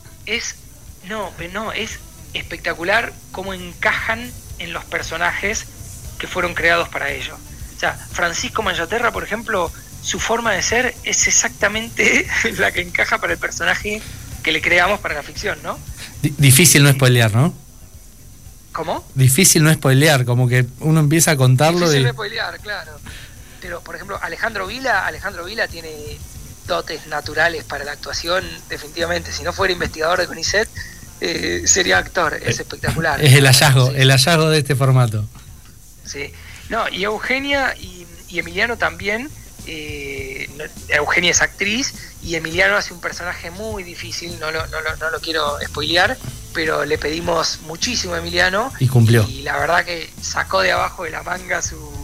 Speaker 8: espectacular cómo encajan en los personajes que fueron creados para ello. O sea, Francisco Mangiaterra, por ejemplo, su forma de ser es exactamente la que encaja para el personaje que le creamos para la ficción, ¿no?
Speaker 2: Difícil no spoilear, ¿no?
Speaker 8: ¿Cómo?
Speaker 2: Difícil no spoilear, como que uno empieza a contarlo.
Speaker 8: Difícil no spoilear, claro. Pero, por ejemplo, Alejandro Vila tiene dotes naturales para la actuación, definitivamente. Si no fuera investigador de CONICET, sería actor. Es espectacular.
Speaker 2: Es el hallazgo de este formato.
Speaker 8: Sí. No, y Eugenia y Emiliano también. Eugenia es actriz y Emiliano hace un personaje muy difícil, no lo quiero spoilear, pero le pedimos muchísimo a Emiliano
Speaker 2: y cumplió.
Speaker 8: Y la verdad que sacó de abajo de la manga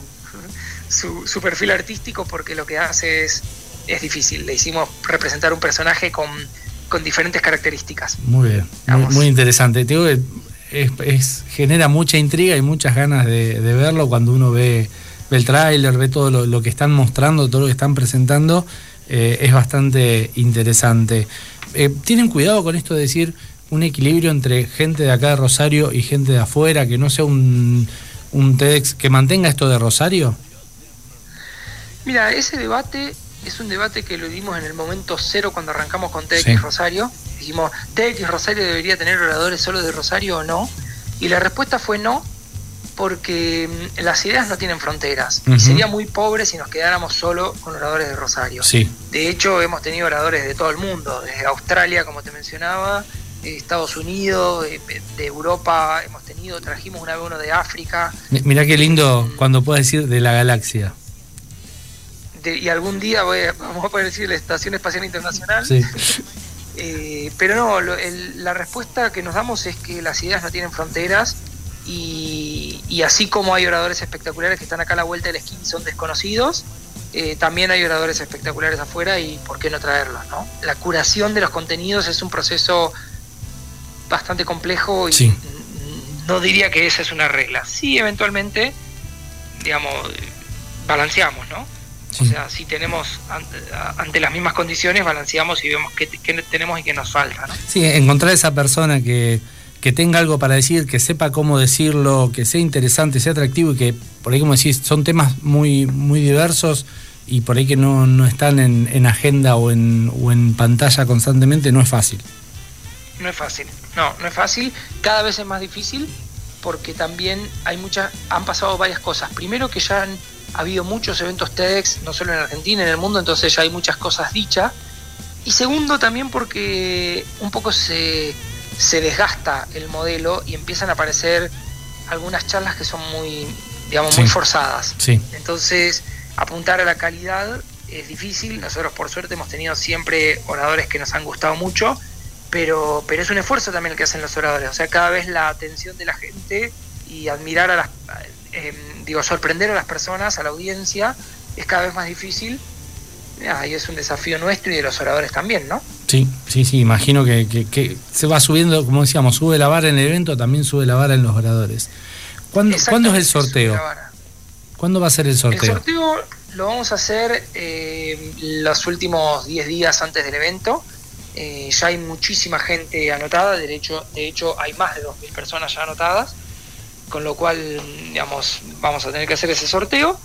Speaker 8: su perfil artístico, porque lo que hace es difícil. Le hicimos representar un personaje con diferentes características.
Speaker 2: Muy bien, muy interesante. Te digo que genera mucha intriga y muchas ganas de verlo cuando uno ve el tráiler, ve todo lo que están mostrando, todo lo que están presentando. Es bastante interesante. ¿Tienen cuidado con esto de decir un equilibrio entre gente de acá de Rosario y gente de afuera, que no sea un TEDx que mantenga esto de Rosario?
Speaker 8: Mira, ese debate es un debate que lo dimos en el momento cero cuando arrancamos con TEDx Rosario. Dijimos, ¿TEDx Rosario debería tener oradores solo de Rosario o no? Y la respuesta fue no, porque las ideas no tienen fronteras. Y sería muy pobre si nos quedáramos solo con oradores de Rosario.
Speaker 2: Sí.
Speaker 8: De hecho, hemos tenido oradores de todo el mundo, desde Australia, como te mencionaba, Estados Unidos, de Europa trajimos una vez uno de África.
Speaker 2: Mirá qué lindo cuando puedes decir de la galaxia.
Speaker 8: Y algún día vamos a poder decir la Estación Espacial Internacional.
Speaker 2: Sí.
Speaker 8: Pero no, la respuesta que nos damos es que las ideas no tienen fronteras. Y así como hay oradores espectaculares que están acá a la vuelta de la esquina y son desconocidos, también hay oradores espectaculares afuera, y por qué no traerlos, ¿no? La curación de los contenidos es un proceso bastante complejo y no diría que esa es una regla. Sí, eventualmente, digamos, balanceamos, ¿no? Sí. O sea, si tenemos ante las mismas condiciones, balanceamos y vemos qué tenemos y qué nos falta, ¿no?
Speaker 2: Sí, encontrar esa persona que tenga algo para decir, que sepa cómo decirlo, que sea interesante, sea atractivo, y que por ahí, como decís, son temas muy, muy diversos y por ahí que no están en agenda o en pantalla constantemente, no es fácil.
Speaker 8: No es fácil, no es fácil, cada vez es más difícil, porque también han pasado varias cosas. Primero, que ya han habido muchos eventos TEDx, no solo en Argentina, en el mundo, entonces ya hay muchas cosas dichas. Y segundo, también porque un poco se desgasta el modelo y empiezan a aparecer algunas charlas que son muy forzadas. Sí. Entonces, apuntar a la calidad es difícil. Nosotros, por suerte, hemos tenido siempre oradores que nos han gustado mucho, pero es un esfuerzo también el que hacen los oradores. O sea, cada vez la atención de la gente y admirar a sorprender a las personas, a la audiencia, es cada vez más difícil. Y es un desafío nuestro y de los oradores también, ¿no?
Speaker 2: Sí, imagino que se va subiendo, como decíamos, sube la vara en el evento, también sube la vara en los oradores. ¿Cuándo es el sorteo? ¿Cuándo va a ser el sorteo?
Speaker 8: Lo vamos a hacer los últimos 10 días antes del evento. Ya hay muchísima gente anotada, de hecho hay más de 2.000 personas ya anotadas, con lo cual, digamos, vamos a tener que hacer ese sorteo.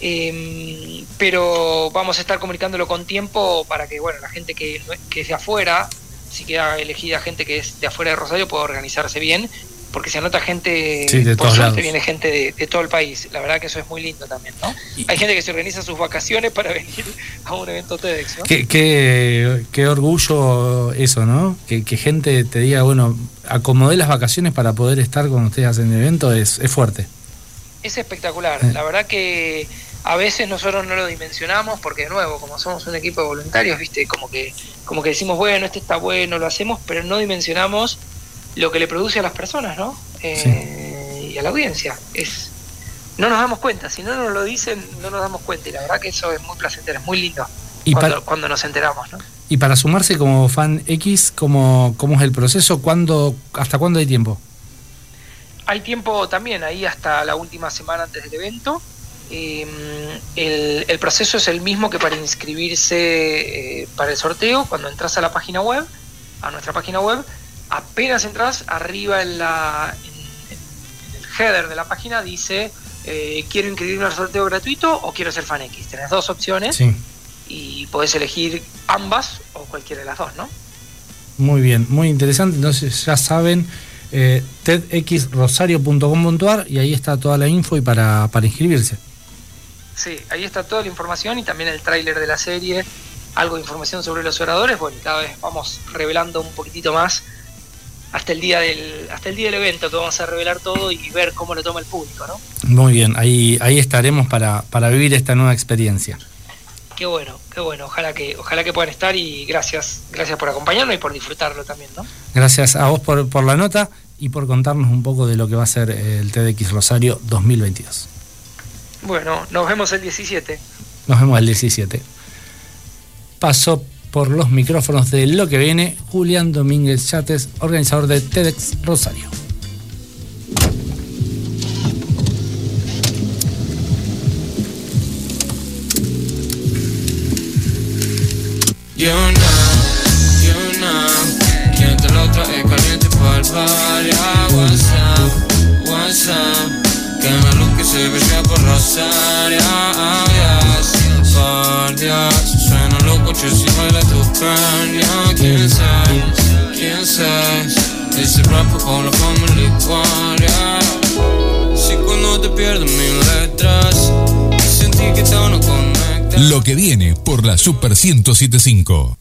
Speaker 8: Pero vamos a estar comunicándolo con tiempo para que, bueno, la gente que es de afuera, si queda elegida gente que es de afuera de Rosario, pueda organizarse bien, porque se anota gente,
Speaker 2: sí, de
Speaker 8: por
Speaker 2: todos
Speaker 8: suerte
Speaker 2: lados.
Speaker 8: Viene gente de todo el país. La verdad que eso es muy lindo también, ¿no? Hay gente que se organiza sus vacaciones para venir a un evento TEDx, ¿no?
Speaker 2: Qué orgullo eso, ¿no? Que gente te diga, bueno, acomodé las vacaciones para poder estar cuando ustedes hacen el evento, es fuerte.
Speaker 8: Es espectacular. La verdad que a veces nosotros no lo dimensionamos porque, de nuevo, como somos un equipo de voluntarios, viste, como que decimos, bueno, este está bueno, lo hacemos, pero no dimensionamos lo que le produce a las personas, ¿no? Y a la audiencia. No nos damos cuenta, si no nos lo dicen, no nos damos cuenta, y la verdad que eso es muy placentero, es muy lindo
Speaker 2: Y
Speaker 8: cuando nos enteramos, ¿no?
Speaker 2: Y para sumarse como fan X, ¿cómo es el proceso? ¿Hasta cuándo hay tiempo?
Speaker 8: Hay tiempo también, ahí hasta la última semana antes del evento. El proceso es el mismo que para inscribirse para el sorteo. Cuando entras a la página web, a nuestra página web, apenas entras, arriba en el header de la página dice quiero inscribirme al sorteo gratuito o quiero ser fan X. Tenés dos opciones, sí, y podés elegir ambas o cualquiera de las dos, ¿no?
Speaker 2: Muy bien, muy interesante. Entonces ya saben, tedxrosario.com.ar, y ahí está toda la info y para inscribirse.
Speaker 8: Sí, ahí está toda la información y también el tráiler de la serie, algo de información sobre los oradores. Bueno, cada vez vamos revelando un poquitito más hasta el día del evento, que vamos a revelar todo y ver cómo lo toma el público, ¿no?
Speaker 2: Muy bien, ahí estaremos para vivir esta nueva experiencia.
Speaker 8: Qué bueno, ojalá que puedan estar, y gracias por acompañarnos y por disfrutarlo también, ¿no?
Speaker 2: Gracias a vos por la nota y por contarnos un poco de lo que va a ser el TEDx Rosario 2022.
Speaker 8: Bueno, nos vemos el 17.
Speaker 2: Nos vemos el 17. Pasó por los micrófonos de Lo que Viene Julián Domínguez Yates, organizador de TEDx Rosario.
Speaker 6: You know, quien te lo trae caliente pa'l party. What's up, que me luz que se brilla por Rosario. Por Dios, suena loco, yo si baila tu cráneo. ¿Quién sabe? Ese rap con la familia igual. Si cuando te pierdo mil letras, sentí que todo no conecta.
Speaker 4: Lo que viene por la Super 107.5.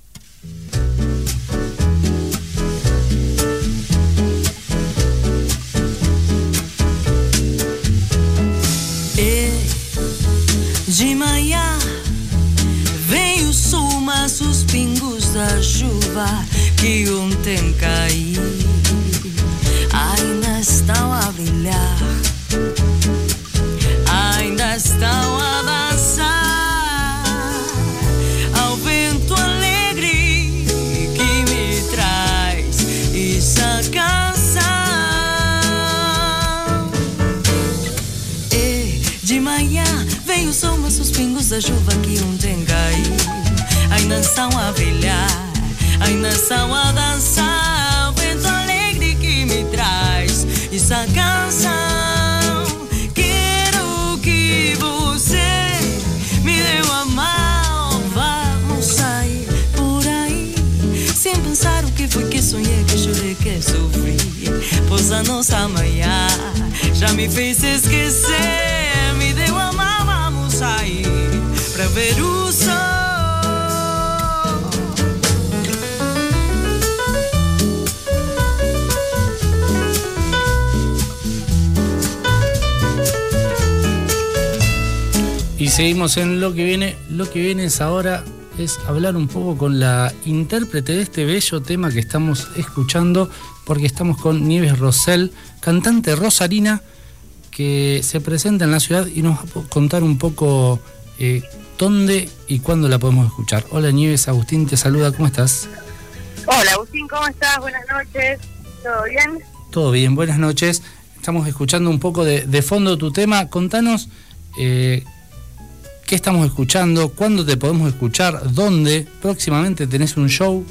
Speaker 9: De manhã vem o som, mas os pingos da chuva que ontem caí ainda estão a brilhar, ainda estão a dançar ao vento alegre que me traz essa canção. E de manhã vem o som, mas os pingos da chuva que ontem caiu ainda estão a brilhar, ainda estão a dançar. O vento alegre que me traz essa canção. Quero que você me dê uma mão. Vamos sair por aí sem pensar o que foi que sonhei, que chorei, que sofri, pois a nossa manhã já me fez esquecer. Me dê uma mão, vamos sair pra ver o sol.
Speaker 2: Y seguimos en Lo que Viene. Lo que viene ahora es hablar un poco con la intérprete de este bello tema que estamos escuchando, porque estamos con Nieves Rosell, cantante rosarina que se presenta en la ciudad y nos va a contar un poco dónde y cuándo la podemos escuchar. Hola Nieves, Agustín te saluda, ¿cómo estás?
Speaker 10: Hola Agustín, ¿cómo estás? Buenas noches, ¿todo bien?
Speaker 2: Todo bien, buenas noches. Estamos escuchando un poco de fondo tu tema. Contanos ¿Qué estamos escuchando? ¿Cuándo te podemos escuchar? ¿Dónde? ¿Próximamente tenés un show?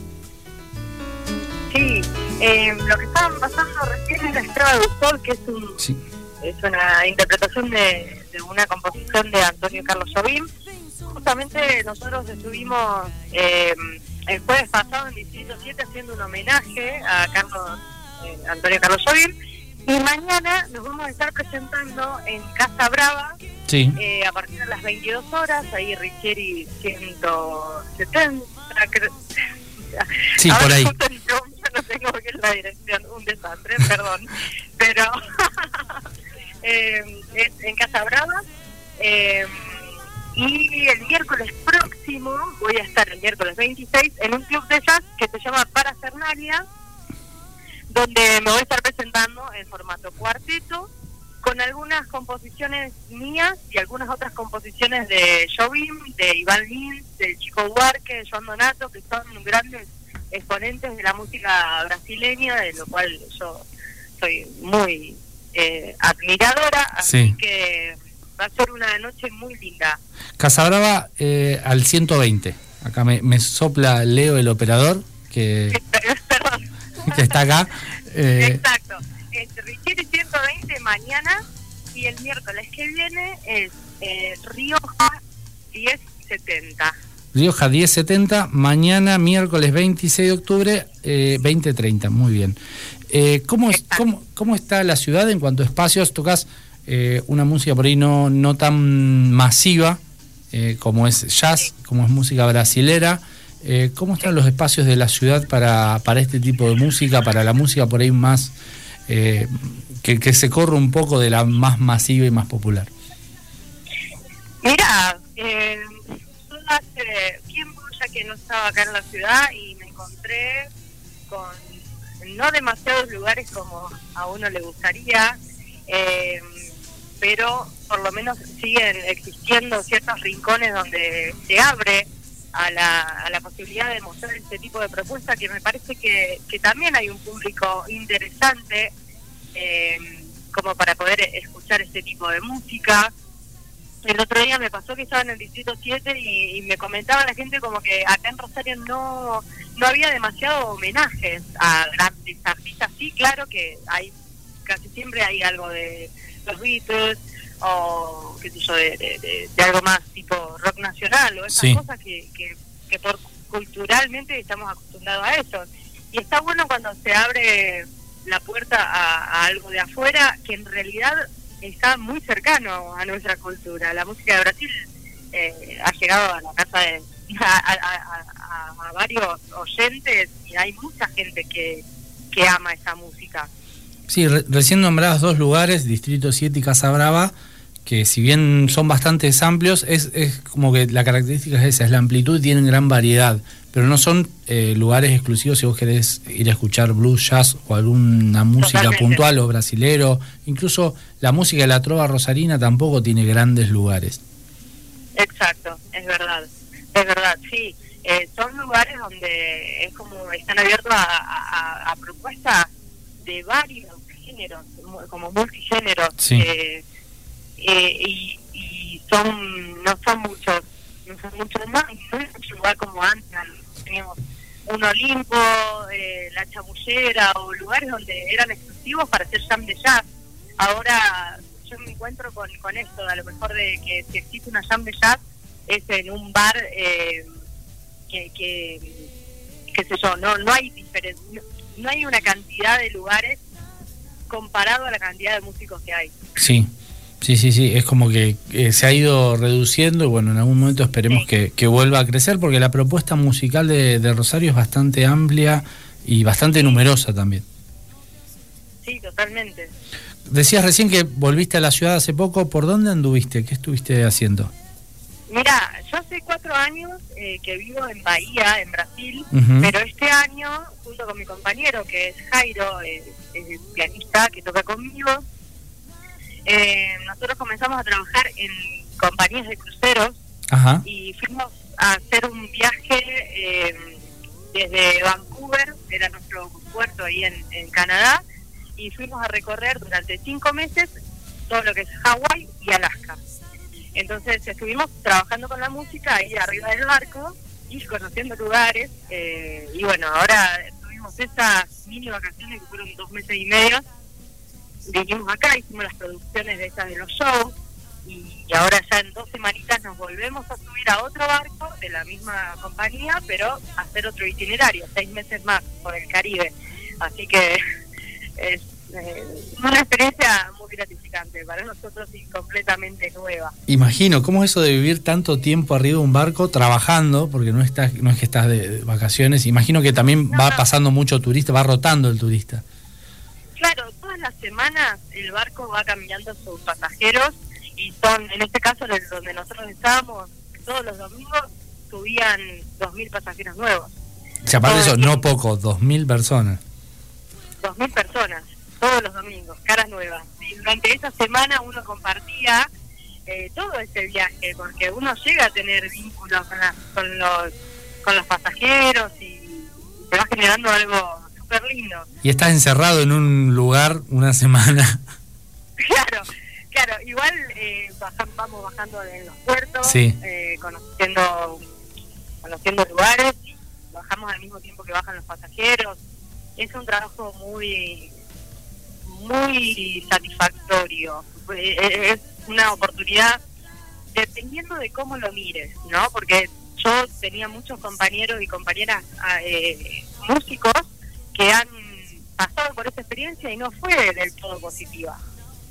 Speaker 10: Sí, lo que estaban pasando recién es la Estrada del Sol, que es una interpretación de una composición de Antonio Carlos Jobim. Justamente nosotros estuvimos el jueves pasado en Distrito 7 haciendo un homenaje a Antonio Carlos Jobim, y mañana nos vamos a estar presentando en Casa Brava, a partir de las 22 horas, ahí Richieri 170, creo.
Speaker 2: Sí, por ahí.
Speaker 10: Yo no tengo bien la dirección, un desastre, perdón, pero es en Casa Brava. Y el miércoles próximo, voy a estar el miércoles 26 en un club de jazz que se llama Parafernalia, donde me voy a estar presentando en formato cuarteto, con algunas composiciones mías y algunas otras composiciones de Jobim, de Iván Lins, de Chico Buarque, de Joan Donato, que son grandes exponentes de la música brasileña, de lo cual yo soy muy admiradora, así que va a ser una noche muy linda.
Speaker 2: Casa Brava al 120. Acá me sopla Leo, el operador, que está acá.
Speaker 10: Exacto. Richieri 120 mañana, y el miércoles que viene es Rioja 1070.
Speaker 2: Rioja 1070, mañana miércoles 26 de octubre 20:30. Muy bien. ¿Cómo está la ciudad en cuanto a espacios? Tocas una música por ahí no tan masiva como es jazz, como es música brasilera. ¿Cómo están los espacios de la ciudad para este tipo de música, para la música por ahí más que se corre un poco de la más masiva y más popular?
Speaker 10: Mira, yo hace tiempo ya que no estaba acá en la ciudad y me encontré con no demasiados lugares como a uno le gustaría, pero por lo menos siguen existiendo ciertos rincones donde se abre a la posibilidad de mostrar este tipo de propuesta, que me parece que también hay un público interesante como para poder escuchar este tipo de música. El otro día me pasó que estaba en el Distrito 7 y me comentaba la gente como que acá en Rosario no había demasiados homenajes a grandes artistas. Sí, claro que casi siempre hay algo de los Beatles o qué sé yo, de algo más tipo rock nacional o esas cosas que por culturalmente estamos acostumbrados a eso. Y está bueno cuando se abre la puerta a algo de afuera que en realidad está muy cercano a nuestra cultura. La música de Brasil ha llegado a la casa a varios oyentes, y hay mucha gente que ama esa música.
Speaker 2: Sí, recién nombrados dos lugares, Distrito 7 y Casa Brava, que si bien son bastante amplios, es como que la característica es esa, es la amplitud, tienen gran variedad, pero no son lugares exclusivos si vos querés ir a escuchar blues, jazz o alguna música
Speaker 10: Totalmente
Speaker 2: puntual o brasilero. Incluso la música de la trova rosarina tampoco tiene grandes lugares.
Speaker 10: Exacto, es verdad, sí. Son lugares donde es como están abiertos a propuestas de varios géneros, como multigéneros.
Speaker 2: Sí.
Speaker 10: Y no son muchos más, no es un lugar como antes. Teníamos un Olimpo, la Chamullera, o lugares donde eran exclusivos para hacer jam de jazz. Ahora yo me encuentro con esto, a lo mejor de que si existe una jam de jazz es en un bar qué sé yo, no hay diferencia, no hay una cantidad de lugares comparado a la cantidad de músicos que hay.
Speaker 2: Sí, es como que se ha ido reduciendo, y bueno, en algún momento esperemos que vuelva a crecer, porque la propuesta musical de Rosario es bastante amplia y bastante numerosa también.
Speaker 10: Sí, totalmente.
Speaker 2: Decías recién que volviste a la ciudad hace poco. ¿Por dónde anduviste? ¿Qué estuviste haciendo?
Speaker 10: Mira, yo hace 4 años que vivo en Bahía, en Brasil, pero este año, junto con mi compañero, que es Jairo, el pianista que toca conmigo, nosotros comenzamos a trabajar en compañías de cruceros.
Speaker 2: Ajá.
Speaker 10: Y fuimos a hacer un viaje desde Vancouver, era nuestro puerto ahí en Canadá, y fuimos a recorrer durante 5 meses todo lo que es Hawái y Alaska. Entonces estuvimos trabajando con la música ahí arriba del barco y conociendo lugares, y bueno, ahora tuvimos esas mini vacaciones que fueron 2 meses y medio, vinimos acá, hicimos las producciones de los shows, y ahora ya en 2 semanitas nos volvemos a subir a otro barco de la misma compañía, pero a hacer otro itinerario, 6 meses más por el Caribe, así que es una experiencia muy gratificante para nosotros y completamente nueva.
Speaker 2: Imagino, ¿cómo es eso de vivir tanto tiempo arriba de un barco trabajando? Porque no es que estás de vacaciones, imagino que también va pasando mucho turista, va rotando el turista.
Speaker 10: Claro, todas las semanas el barco va cambiando sus pasajeros y son, en este caso donde nosotros estábamos, todos los domingos subían 2.000 pasajeros nuevos.
Speaker 2: O sea, aparte de eso, no poco, 2.000 personas.
Speaker 10: 2.000 personas, todos los domingos, caras nuevas. Y durante esa semana uno compartía todo ese viaje, porque uno llega a tener vínculos con los pasajeros y se va generando algo súper lindo.
Speaker 2: Y estás encerrado en un lugar una semana.
Speaker 10: Claro, igual vamos bajando en los puertos,
Speaker 2: sí.
Speaker 10: conociendo lugares, y bajamos al mismo tiempo que bajan los pasajeros. Es un trabajo muy satisfactorio. Es una oportunidad, dependiendo de cómo lo mires, ¿no? Porque yo tenía muchos compañeros y compañeras músicos que han pasado por esa experiencia y no fue del todo positiva.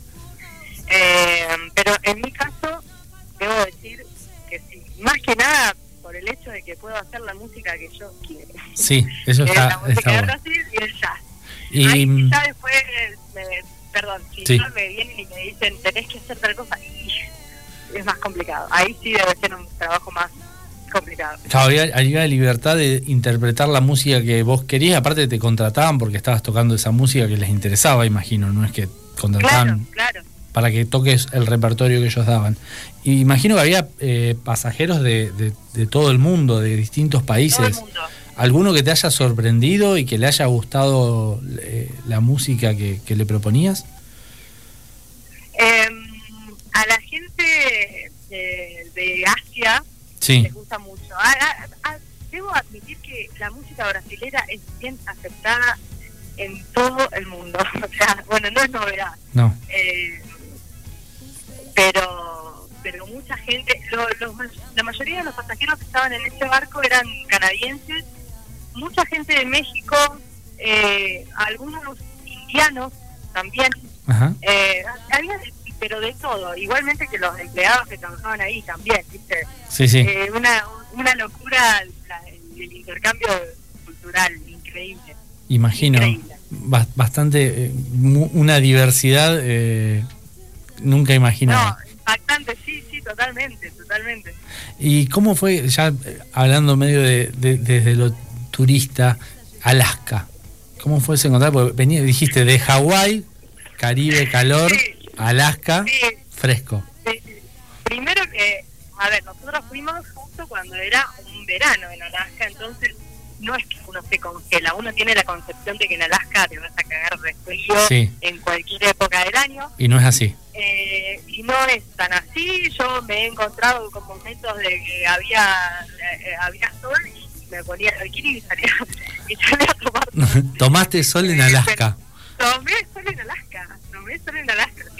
Speaker 10: Pero en mi caso, debo decir que sí, más que nada por el hecho de que puedo hacer la música que yo quiero.
Speaker 2: Sí, eso está,
Speaker 10: la música de Brasil y el jazz. Ahí ya después, si no me vienen y me dicen, tenés que hacer tal cosa, y es más complicado. Ahí sí debe ser un trabajo más complicado.
Speaker 2: Había libertad de interpretar la música que vos querías, aparte te contrataban porque estabas tocando esa música que les interesaba, imagino, no es que contrataban
Speaker 10: claro.
Speaker 2: para que toques el repertorio que ellos daban. Y imagino que había pasajeros de todo el mundo, de distintos países.
Speaker 10: Todo el mundo.
Speaker 2: ¿Alguno que te haya sorprendido y que le haya gustado la música que le proponías?
Speaker 10: A la gente de Asia les gusta mucho. Debo admitir que la música brasilera es bien aceptada en todo el mundo. O sea, bueno, no es novedad.
Speaker 2: No.
Speaker 10: Pero mucha gente, la mayoría de los pasajeros que estaban en este barco eran canadienses, mucha gente de México, algunos indianos también. Ajá. Había pero de todo, igualmente que los empleados que trabajaban ahí también, ¿viste?
Speaker 2: Sí.
Speaker 10: Una locura el intercambio cultural, increíble.
Speaker 2: Imagino, increíble. Bastante, una diversidad nunca imaginada.
Speaker 10: No, impactante, sí, totalmente.
Speaker 2: ¿Y cómo fue, ya hablando medio desde lo turista, Alaska? ¿Cómo fue ese encontrar? Porque dijiste de Hawái, Caribe, calor, sí. Alaska, sí. Fresco.
Speaker 10: Sí. Primero que, nosotros fuimos justo cuando era un verano en Alaska, entonces no es que uno se congela, uno tiene la concepción de que en Alaska te vas a cagar de frío en cualquier época del año.
Speaker 2: Y no es así.
Speaker 10: Y no es tan así. Yo me he encontrado con momentos de que había sol y me ponía el bikini y salía a tomar.
Speaker 2: ¿Tomaste sol en Alaska?
Speaker 10: Tomé sol en Alaska, sí.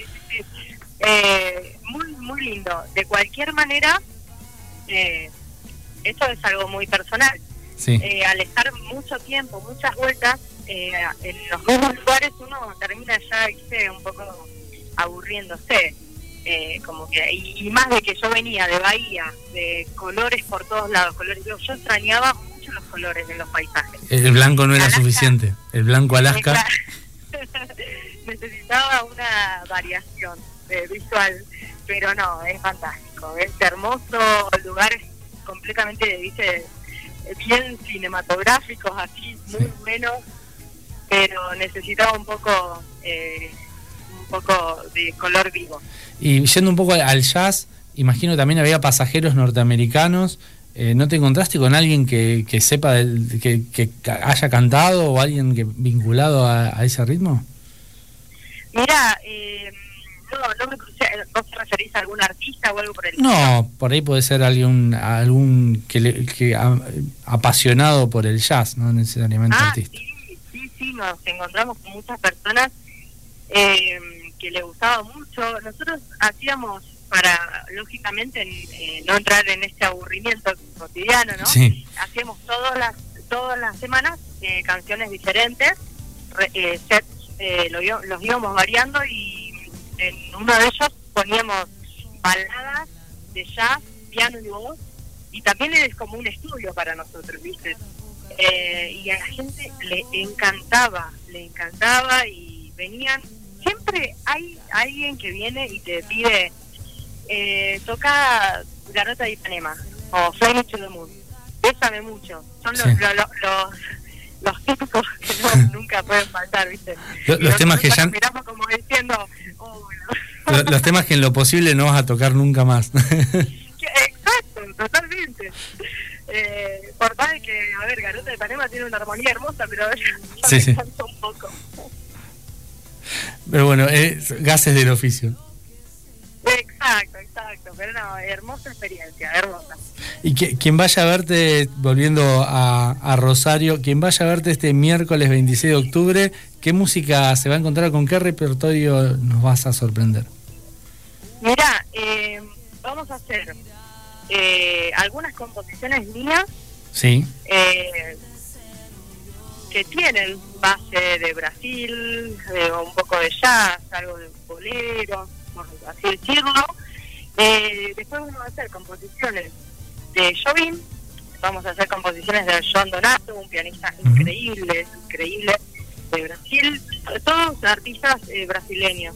Speaker 10: Muy lindo. De cualquier manera, esto es algo muy personal.
Speaker 2: Sí.
Speaker 10: Al estar mucho tiempo, muchas vueltas, en los mismos lugares uno termina ya un poco aburriéndose. Como que y más de que yo venía de Bahía, de colores por todos lados, yo extrañaba mucho los colores de los paisajes.
Speaker 2: El blanco no era Alaska, suficiente, el blanco Alaska.
Speaker 10: Necesitaba una variación visual, pero no, es fantástico, es hermoso, lugares completamente, bien cinematográficos, así, muy buenos, pero necesitaba un poco de color vivo.
Speaker 2: Y yendo un poco al jazz, imagino también había pasajeros norteamericanos. ¿No te encontraste con alguien que sepa que haya cantado o alguien vinculado a ese ritmo?
Speaker 10: Mira, no me crucé. ¿Vos te referís a algún artista o algo por el estilo?
Speaker 2: No, por ahí puede ser algún apasionado por el jazz, no necesariamente artista.
Speaker 10: Sí, nos encontramos con muchas personas que le gustaba mucho. Nosotros hacíamos, para lógicamente no entrar en este aburrimiento cotidiano, ¿no?
Speaker 2: Sí.
Speaker 10: Hacíamos todas las semanas canciones diferentes, sets, los íbamos variando, y en uno de ellos poníamos baladas de jazz, piano y voz, y también es como un estudio para nosotros, ¿viste? Y a la gente le encantaba, y venían. Siempre hay alguien que viene y te pide, toca Garota de Ipanema o Fly Me to the Moon, bésame mucho. Son los típicos que nunca pueden faltar, ¿viste?
Speaker 2: Los temas que ya...
Speaker 10: miramos como diciendo, bueno.
Speaker 2: Los temas que en lo posible no vas a tocar nunca más.
Speaker 10: Exacto, totalmente. Por más de que, a ver, Garota de Ipanema tiene una armonía hermosa, pero ya me cansa un poco.
Speaker 2: Pero bueno, gases del oficio.
Speaker 10: Exacto, pero no, hermosa experiencia, hermosa.
Speaker 2: Y quien vaya a verte, volviendo a Rosario, quien vaya a verte este miércoles 26 de octubre, ¿qué música se va a encontrar? ¿Con qué repertorio nos vas a sorprender?
Speaker 10: Mirá, vamos a hacer algunas composiciones mías. Sí. Que tienen base de Brasil, un poco de jazz, algo de bolero, por así decirlo. Después vamos a hacer composiciones de Jobim, vamos a hacer composiciones de John Donato, un pianista increíble de Brasil, todos artistas brasileños.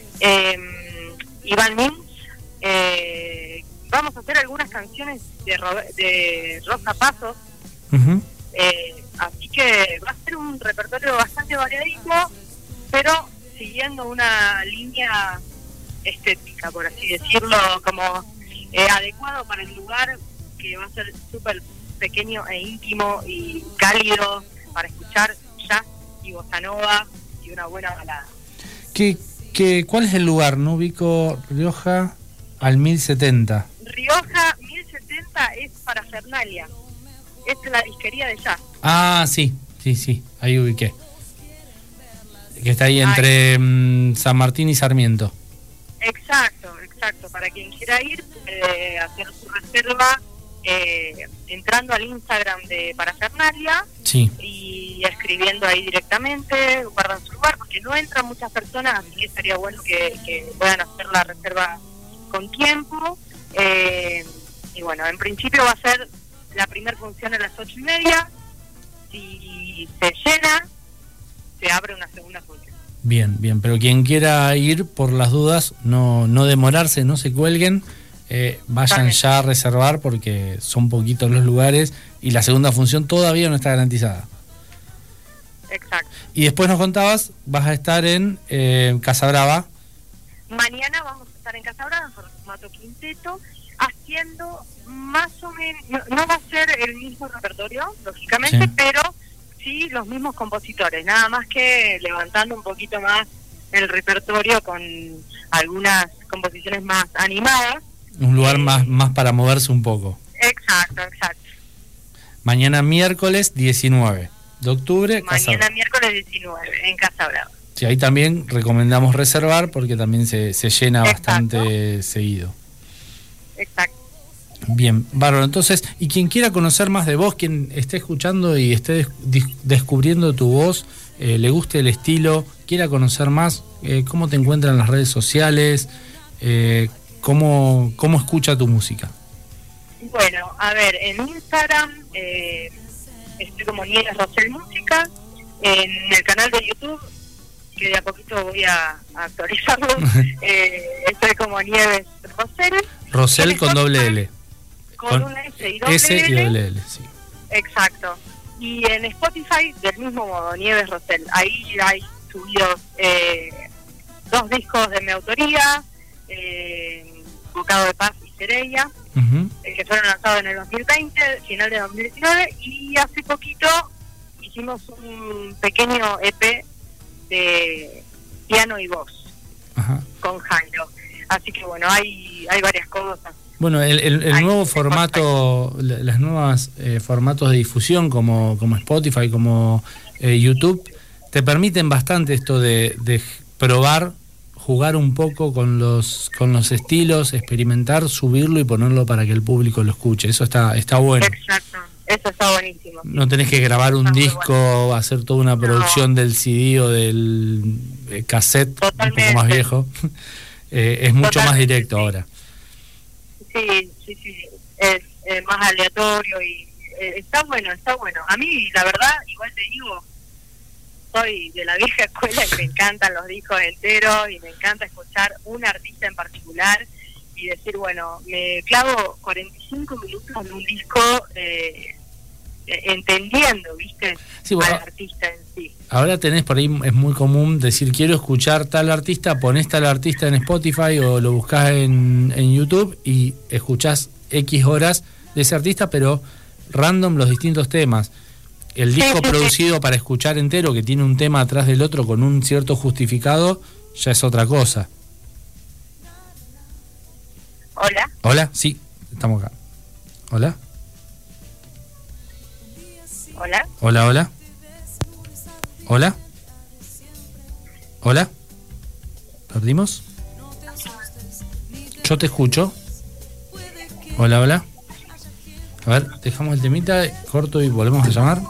Speaker 10: Iván Lins, vamos a hacer algunas canciones de Rosa Pasos. Así que va a ser un repertorio bastante variadito, pero siguiendo una línea estética, por así decirlo, como adecuado para el lugar, que va a ser súper pequeño e íntimo y cálido para escuchar jazz y bossa nova y una buena balada.
Speaker 2: ¿Cuál es el lugar? No ubico. Rioja al 1070.
Speaker 10: Rioja 1070 es Parafernalia, es la disquería de jazz.
Speaker 2: Ah, sí, ahí ubiqué. Que está ahí entre San Martín y Sarmiento.
Speaker 10: Exacto. Para quien quiera ir, puede hacer su reserva entrando al Instagram de Parafernalia y escribiendo ahí directamente, guardan su lugar, porque no entran muchas personas, así que estaría bueno que puedan hacer la reserva con tiempo. Y bueno, en principio va a ser la primera función a las 8:30. Si se llena, se abre una segunda función.
Speaker 2: Bien, pero quien quiera ir, por las dudas, no demorarse, no se cuelguen, vayan ya a reservar, porque son poquitos los lugares y la segunda función todavía no está garantizada.
Speaker 10: Exacto.
Speaker 2: Y después nos contabas, vas a estar en Casa Brava.
Speaker 10: Mañana vamos a estar en Casa Brava, en formato quinteto, haciendo más o menos, no va a ser el mismo repertorio, lógicamente, pero sí los mismos compositores, nada más que levantando un poquito más el repertorio con algunas composiciones más animadas.
Speaker 2: Un lugar más para moverse un poco.
Speaker 10: Exacto.
Speaker 2: Mañana miércoles 19 de octubre.
Speaker 10: Mañana miércoles 19 en Casa Brava.
Speaker 2: Sí, ahí también recomendamos reservar, porque también se llena bastante seguido.
Speaker 10: Exacto.
Speaker 2: Bien, bárbaro. Entonces, y quien quiera conocer más de vos, quien esté escuchando y esté descubriendo tu voz, le guste el estilo, quiera conocer más, ¿cómo te encuentran en las redes sociales? ¿Cómo escucha tu música?
Speaker 10: Bueno, a ver, en Instagram estoy como Nieves Rosell Música, en el canal de YouTube, que de a poquito voy a actualizarlo, estoy como Nieves Rosell.
Speaker 2: Rosell con doble L.
Speaker 10: Con una S y doble
Speaker 2: L, sí.
Speaker 10: Exacto. Y en Spotify, del mismo modo, Nieves Rosell. Ahí hay subidos 2 discos de mi autoría, Bocado de Paz y Sereia, que fueron lanzados en el 2020, final de 2019, y hace poquito hicimos un pequeño EP de piano y voz. con Jairo. Así que bueno, hay varias cosas.
Speaker 2: Bueno, el nuevo formato, las nuevas formatos de difusión como Spotify, como YouTube, te permiten bastante esto de probar, jugar un poco con los estilos, experimentar, subirlo y ponerlo para que el público lo escuche. Eso está bueno.
Speaker 10: Exacto, eso está buenísimo.
Speaker 2: No tenés que grabar un disco, hacer toda una producción del CD o del cassette. Totalmente. Un poco más viejo. Es mucho más directo ahora.
Speaker 10: Sí, es más aleatorio y está bueno. A mí, la verdad, igual te digo, soy de la vieja escuela y me encantan los discos enteros y me encanta escuchar un artista en particular y decir, bueno, me clavo 45 minutos en un disco entendiendo, ¿viste? Sí, bueno, al artista en sí.
Speaker 2: Ahora tenés por ahí, es muy común decir, quiero escuchar tal artista, ponés tal artista en Spotify o lo buscás en YouTube y escuchás X horas de ese artista, pero random los distintos temas. El disco producido para escuchar entero, que tiene un tema atrás del otro con un cierto justificado, ya es otra cosa.
Speaker 10: ¿Hola?
Speaker 2: ¿Hola? Sí, estamos acá. ¿Hola?
Speaker 10: ¿Hola?
Speaker 2: ¿Hola, hola? ¿Hola? ¿Hola? ¿Perdimos? Yo te escucho. Hola, hola. A ver, dejamos el temita, corto y volvemos a llamar.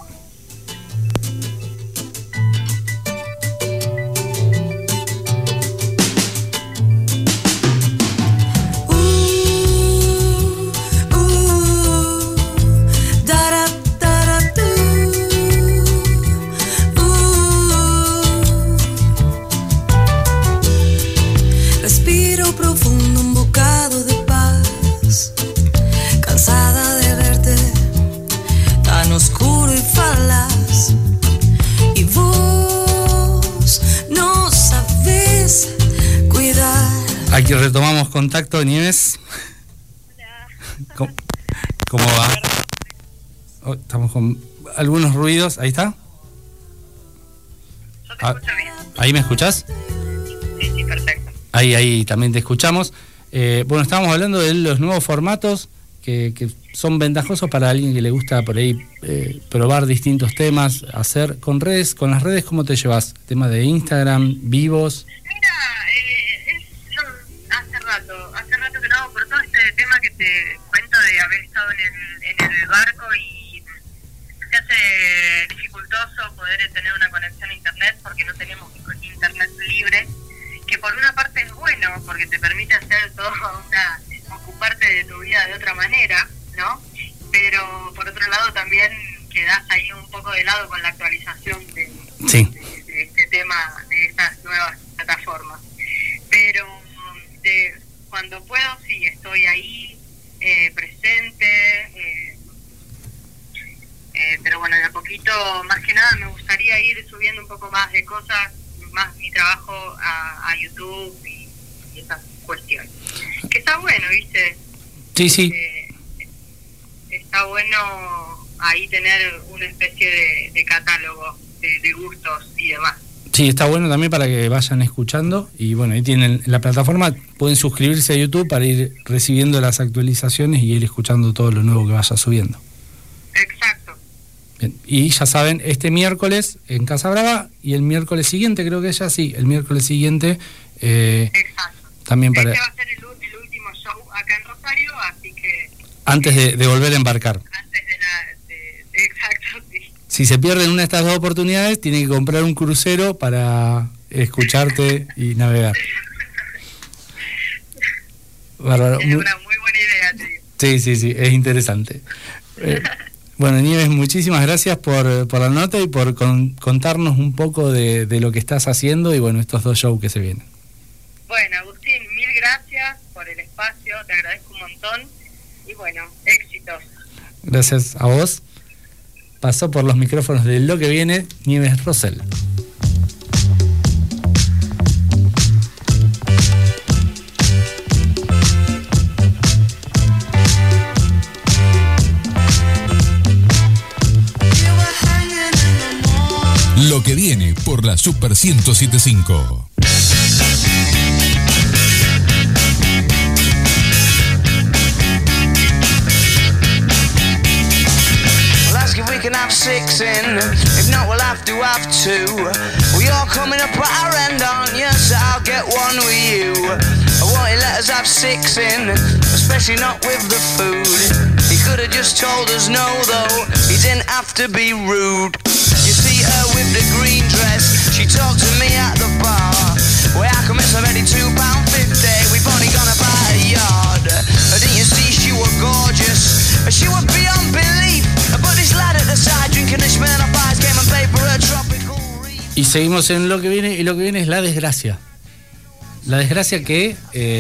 Speaker 9: Respiro profundo un bocado de paz, cansada de verte tan oscuro y falaz, y vos no sabés cuidar.
Speaker 2: Aquí retomamos contacto, Nieves.
Speaker 10: Hola.
Speaker 2: ¿Cómo va? Oh, estamos con algunos ruidos, ¿ahí está?
Speaker 10: Yo te escucho bien.
Speaker 2: ¿Ahí me escuchás?
Speaker 10: Sí, perfecto.
Speaker 2: Ahí también te escuchamos. Bueno, estábamos hablando de los nuevos formatos que son ventajosos para alguien que le gusta por ahí probar distintos temas, hacer con las redes, ¿cómo te llevas? Tema de Instagram, vivos.
Speaker 10: Mira, hace rato que no hago por todo este tema que te cuento de haber estado en el barco y se hace dificultoso poder tener una conexión a internet porque no tenemos internet libre, que por una parte es bueno porque te permite hacer todo, ocuparte de tu vida de otra manera, ¿no? Pero por otro lado también quedás ahí un poco de lado con la actualización de este tema, de estas nuevas plataformas. Pero cuando puedo, sí, estoy ahí, presente, pero bueno, de a poquito, más que nada me gustaría ir subiendo un poco más de cosas, más mi trabajo a YouTube y esas cuestiones. Que está bueno, ¿viste?
Speaker 2: Sí.
Speaker 10: Está bueno ahí tener una especie de catálogo de gustos y demás.
Speaker 2: Sí, está bueno también para que vayan escuchando y bueno, ahí tienen la plataforma, pueden suscribirse a YouTube para ir recibiendo las actualizaciones y ir escuchando todo lo nuevo que vaya subiendo.
Speaker 10: Exacto.
Speaker 2: Bien. Y ya saben, este miércoles en Casa Brava y el miércoles siguiente, creo que el miércoles siguiente
Speaker 10: exacto.
Speaker 2: También para...
Speaker 10: Este va a ser el último show acá en Rosario, así que...
Speaker 2: Antes de volver a embarcar.
Speaker 10: Antes exacto, sí.
Speaker 2: Si se pierden una de estas dos oportunidades, tienen que comprar un crucero para escucharte y navegar. Bárbaro.
Speaker 10: Es una muy buena idea, te digo.
Speaker 2: Sí, es interesante. Bueno, Nieves, muchísimas gracias por la nota y por contarnos un poco de lo que estás haciendo y bueno, estos dos shows que se vienen.
Speaker 10: Bueno, Agustín, mil gracias por el espacio, te agradezco un montón y bueno, éxitos.
Speaker 2: Gracias a vos. Pasó por los micrófonos de Lo que Viene, Nieves Rosell.
Speaker 4: Lo que viene por la Super 107.5.
Speaker 11: have 6 in. If not, we'll have to have 2. Well, you're coming up at our end, aren't you? So I'll get one with you. I won't let us have 6 in, especially not with the food. He could have just told us no, though. He didn't have to be rude. You see her with the green dress, she talked to me at the bar. Well, how come it's already £2.50? We've only gone about a yard. Didn't you see she was gorgeous? She was beyond belief. But this lad at the side drinking the Smirnoff Ice came and paid for her tropical reef.
Speaker 2: Y seguimos en lo que viene, y lo que viene es La Desgracia. La Desgracia que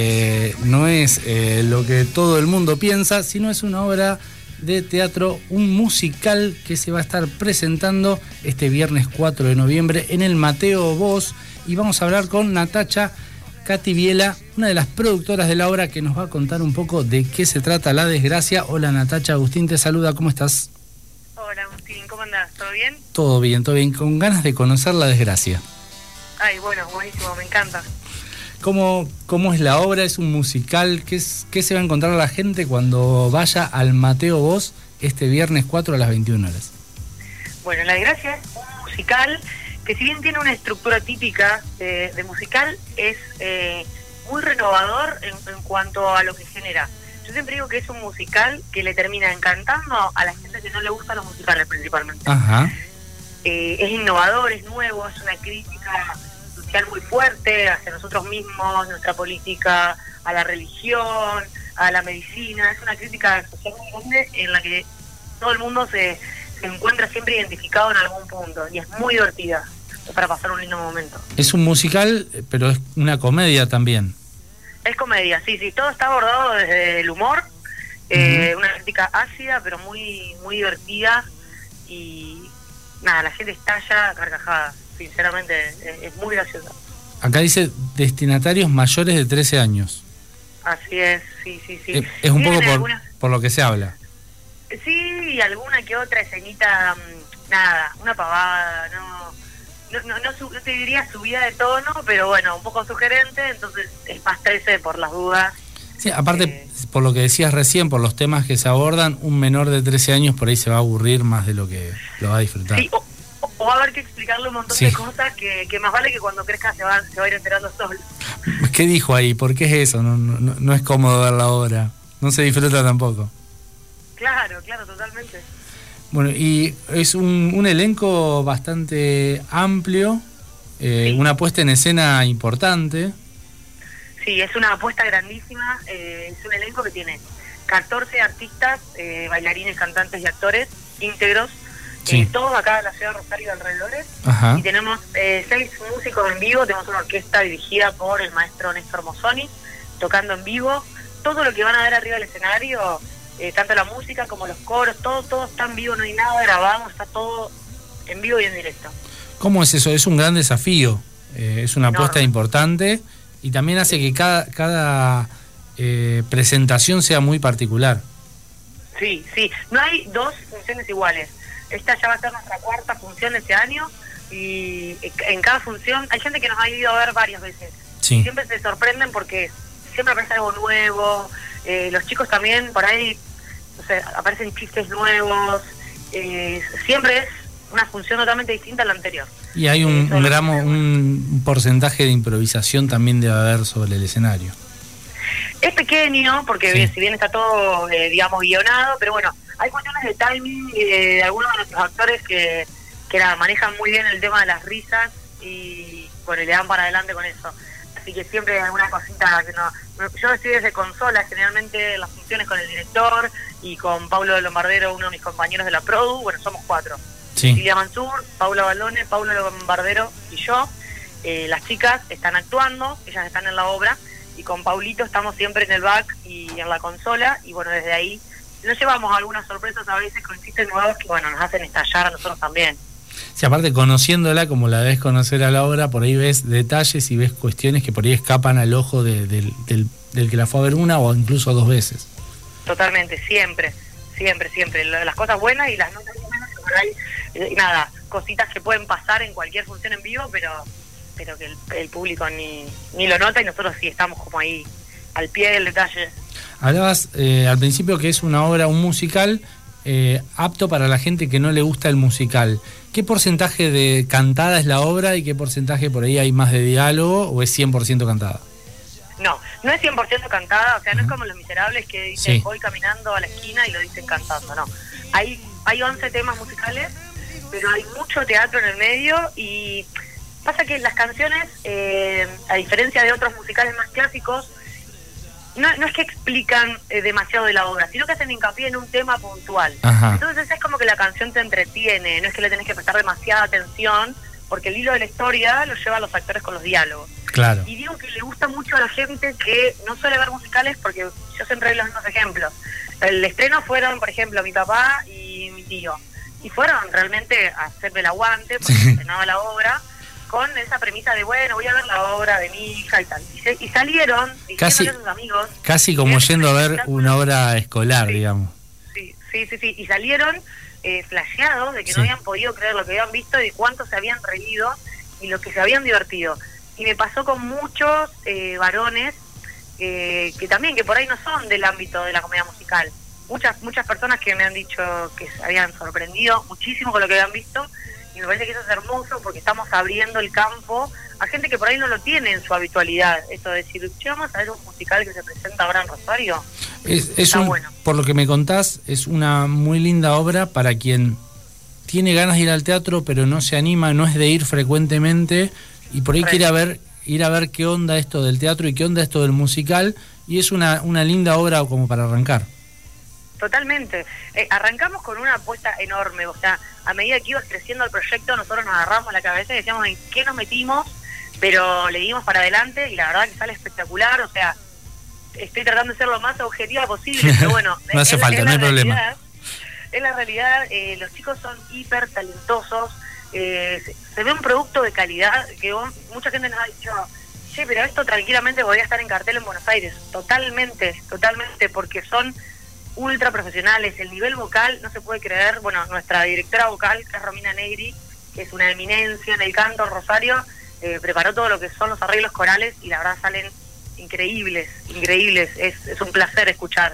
Speaker 2: no es lo que todo el mundo piensa, sino es una obra de teatro, un musical que se va a estar presentando este viernes 4 de noviembre en el Mateo Bosch, y vamos a hablar con Natacha Cativiela, una de las productoras de la obra, que nos va a contar un poco de qué se trata La Desgracia. Hola Natacha, Agustín te saluda, ¿cómo estás?
Speaker 10: Hola Agustín, ¿cómo andás? ¿Todo bien?
Speaker 2: Todo bien, con ganas de conocer La Desgracia.
Speaker 10: Ay, bueno, buenísimo, me encanta.
Speaker 2: ¿Cómo es la obra? ¿Es un musical? ¿Qué se va a encontrar la gente cuando vaya al Mateo Bosch este viernes 4 a las 21 horas?
Speaker 10: Bueno, La Desgracia es un musical que, si bien tiene una estructura típica de musical, es muy renovador en cuanto a lo que genera. Yo siempre digo que es un musical que le termina encantando a la gente que no le gustan los musicales principalmente.
Speaker 2: Ajá.
Speaker 10: Es innovador, es nuevo, es una crítica social muy fuerte hacia nosotros mismos, nuestra política, a la religión, a la medicina. Es una crítica social muy grande en la que todo el mundo se encuentra siempre identificado en algún punto, y es muy divertida para pasar un lindo momento.
Speaker 2: Es un musical, pero es una comedia también.
Speaker 10: Es comedia, sí, todo está abordado desde el humor, una crítica ácida pero muy muy divertida, y nada, la gente estalla carcajada, sinceramente es muy graciosa.
Speaker 2: Acá dice destinatarios mayores de 13 años.
Speaker 10: Así es, sí.
Speaker 2: Es un poco por lo que se habla.
Speaker 10: Sí, y alguna que otra escenita, nada, una pavada, no te diría subida de tono, pero bueno, un poco sugerente, entonces es más 13 por las dudas.
Speaker 2: Sí, aparte, por lo que decías recién, por los temas que se abordan, un menor de 13 años por ahí se va a aburrir más de lo que lo va a disfrutar.
Speaker 10: Sí, o va a haber que explicarle un montón de cosas que más vale que cuando crezca se va a ir enterando solo.
Speaker 2: ¿Qué dijo ahí? ¿Por qué es eso? No es cómodo ver la obra, no se disfruta tampoco.
Speaker 10: Claro, totalmente.
Speaker 2: Bueno, y es un elenco bastante amplio, una puesta en escena importante.
Speaker 10: Sí, es una apuesta grandísima, es un elenco que tiene 14 artistas, bailarines, cantantes y actores íntegros, todos acá de la ciudad de Rosario y alrededores. Ajá. Y tenemos 6 músicos en vivo, tenemos una orquesta dirigida por el maestro Néstor Mozzoni, tocando en vivo. Todo lo que van a ver arriba del escenario, tanto la música como los coros, todo está en vivo, no hay nada grabado, está todo en vivo y en directo. ¿Cómo es eso? Es un gran desafío, es una apuesta importante, y también hace que cada presentación sea muy particular. Sí, no hay 2 funciones iguales. Esta ya va a ser nuestra 4ª función de este año, y en cada función hay gente que nos ha ido a ver varias veces. Sí. Y siempre se sorprenden porque siempre aparece algo nuevo, los chicos también por ahí, no sé, aparecen chistes nuevos, siempre es una función totalmente distinta a la anterior. Y hay un porcentaje de improvisación también debe haber sobre el escenario. Es pequeño, porque si bien está todo, digamos, guionado, pero bueno, hay cuestiones de timing y de algunos de nuestros actores que manejan muy bien el tema de las risas, y bueno, le dan para adelante con eso. Así que siempre hay alguna cosita que no... Yo estoy desde consola, generalmente en las funciones con el director y con Paulo Lombardero, uno de mis compañeros de la Produ. Bueno, somos 4. Cecilia Mansur, Paula Baldone, Paulo Lombardero y yo. Las chicas están actuando, ellas están en la obra, y con Paulito estamos siempre en el back y en la consola, y bueno, desde ahí nos llevamos algunas sorpresas a veces con chistes nuevos que bueno, nos hacen estallar a nosotros también. Sí, aparte conociéndola como la debes conocer a la obra, por ahí ves detalles y ves cuestiones que por ahí escapan al ojo del que la fue a ver una o incluso 2 veces. Totalmente, siempre. Las cosas buenas y las no tan buenas, por ahí, nada, cositas que pueden pasar en cualquier función en vivo, pero que el público ni lo nota, y nosotros sí estamos como ahí al pie del detalle. Hablabas al principio que es una obra, un musical,
Speaker 2: apto para la gente que no le gusta el musical. ¿Qué porcentaje de cantada es la obra y qué porcentaje por ahí hay más de diálogo o es 100% cantada?
Speaker 10: No es 100% cantada, o sea, no es como Los Miserables que dicen voy caminando a la esquina y lo dicen cantando, no. Hay 11 temas musicales, pero hay mucho teatro en el medio y pasa que las canciones, a diferencia de otros musicales más clásicos, no es que explican demasiado de la obra, sino que hacen hincapié en un tema puntual.
Speaker 2: Ajá.
Speaker 10: Entonces es como que la canción te entretiene, no es que le tenés que prestar demasiada atención, porque el hilo de la historia lo llevan los actores con los diálogos.
Speaker 2: Claro.
Speaker 10: Y digo que le gusta mucho a la gente que no suele ver musicales, porque yo siempre doy los mismos ejemplos. El estreno fueron, por ejemplo, mi papá y mi tío, y fueron realmente a hacerme el aguante, porque se estrenaba la obra, con esa premisa de, bueno, voy a ver la obra de mi hija y tal. Y salieron, diciéndole a sus amigos...
Speaker 2: Casi como yendo a ver una obra escolar, digamos.
Speaker 10: Sí. Y salieron flasheados de que no habían podido creer lo que habían visto y de cuánto se habían reído y lo que se habían divertido. Y me pasó con muchos varones que también, que por ahí no son del ámbito de la comedia musical. Muchas personas que me han dicho que se habían sorprendido muchísimo con lo que habían visto. Y me parece que eso es hermoso porque estamos abriendo el campo a gente que por ahí no lo tiene en su habitualidad. Esto de decir, che, vamos a ver un musical que se presenta ahora en Rosario. Bueno.
Speaker 2: Por lo que me contás, es una muy linda obra para quien tiene ganas de ir al teatro, pero no se anima, no es de ir frecuentemente, y por ahí quiere ir a ver qué onda esto del teatro y qué onda esto del musical, y es una linda obra como para arrancar.
Speaker 10: Totalmente. Arrancamos con una apuesta enorme, o sea, a medida que iba creciendo el proyecto, nosotros nos agarramos la cabeza y decíamos en qué nos metimos, pero le dimos para adelante y la verdad que sale espectacular, o sea, estoy tratando de ser lo más objetiva posible, pero bueno,
Speaker 2: no hace falta, no hay problema.
Speaker 10: En la realidad, los chicos son hiper talentosos, se ve un producto de calidad que mucha gente nos ha dicho, che, pero esto tranquilamente podría estar en cartel en Buenos Aires. Totalmente, porque son ultra profesionales, el nivel vocal no se puede creer. Bueno, nuestra directora vocal, que es Romina Negri, que es una eminencia en el canto en Rosario, preparó todo lo que son los arreglos corales y la verdad salen increíbles, es un placer escuchar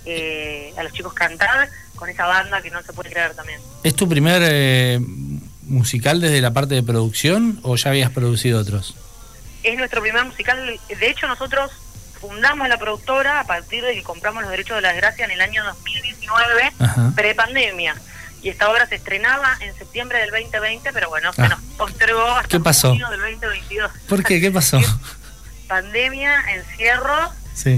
Speaker 10: a los chicos cantar con esa banda que no se puede creer también.
Speaker 2: ¿Es tu primer musical desde la parte de producción o ya habías producido otros?
Speaker 10: Es nuestro primer musical, de hecho nosotros fundamos la productora a partir de que compramos los derechos de La Desgracia en el año 2019, prepandemia. Y esta obra se estrenaba en septiembre del 2020, pero bueno, se nos postergó hasta junio del 2022.
Speaker 2: ¿Por qué? ¿Qué pasó?
Speaker 10: Pandemia, encierro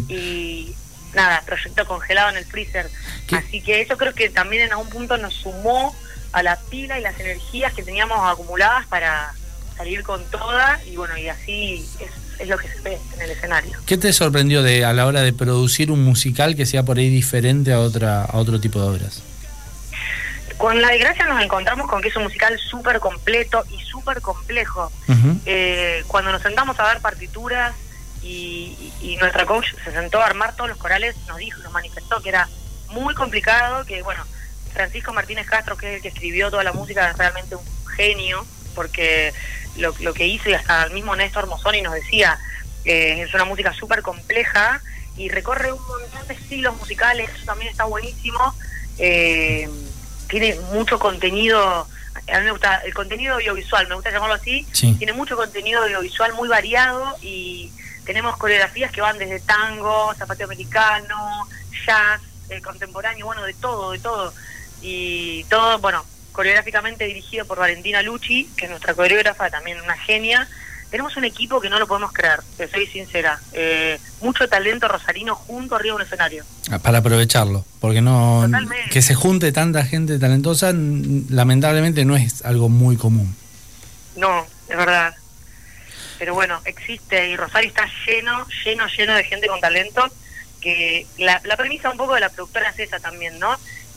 Speaker 10: y nada, proyecto congelado en el freezer. Así que eso creo que también en algún punto nos sumó a la pila y las energías que teníamos acumuladas para salir con toda y bueno, y así es lo que se ve en el escenario.
Speaker 2: ¿Qué te sorprendió a la hora de producir un musical que sea por ahí diferente a otro tipo de obras?
Speaker 10: Con La Desgracia nos encontramos con que es un musical súper completo y súper complejo. Cuando nos sentamos a ver partituras y nuestra coach se sentó a armar todos los corales, nos manifestó que era muy complicado, que bueno, Francisco Martínez Castro, que es el que escribió toda la música, es realmente un genio, porque lo que hizo, y hasta el mismo Néstor Mozzoni nos decía, es una música súper compleja y recorre un montón de estilos musicales, eso también está buenísimo. Tiene mucho contenido, a mí me gusta el contenido audiovisual, me gusta llamarlo así, tiene mucho contenido audiovisual muy variado y tenemos coreografías que van desde tango, zapateo americano, jazz, contemporáneo, bueno, de todo, y todo, bueno, coreográficamente dirigido por Valentina Lucci, que es nuestra coreógrafa, también una genia. Tenemos un equipo que no lo podemos creer, te soy sincera. Mucho talento rosarino junto arriba de un escenario.
Speaker 2: Para aprovecharlo, porque no que se junte tanta gente talentosa, lamentablemente no es algo muy común.
Speaker 10: No, es verdad. Pero bueno, existe y Rosario está lleno de gente con talento, que la premisa un poco de la productora es esa también, ¿no?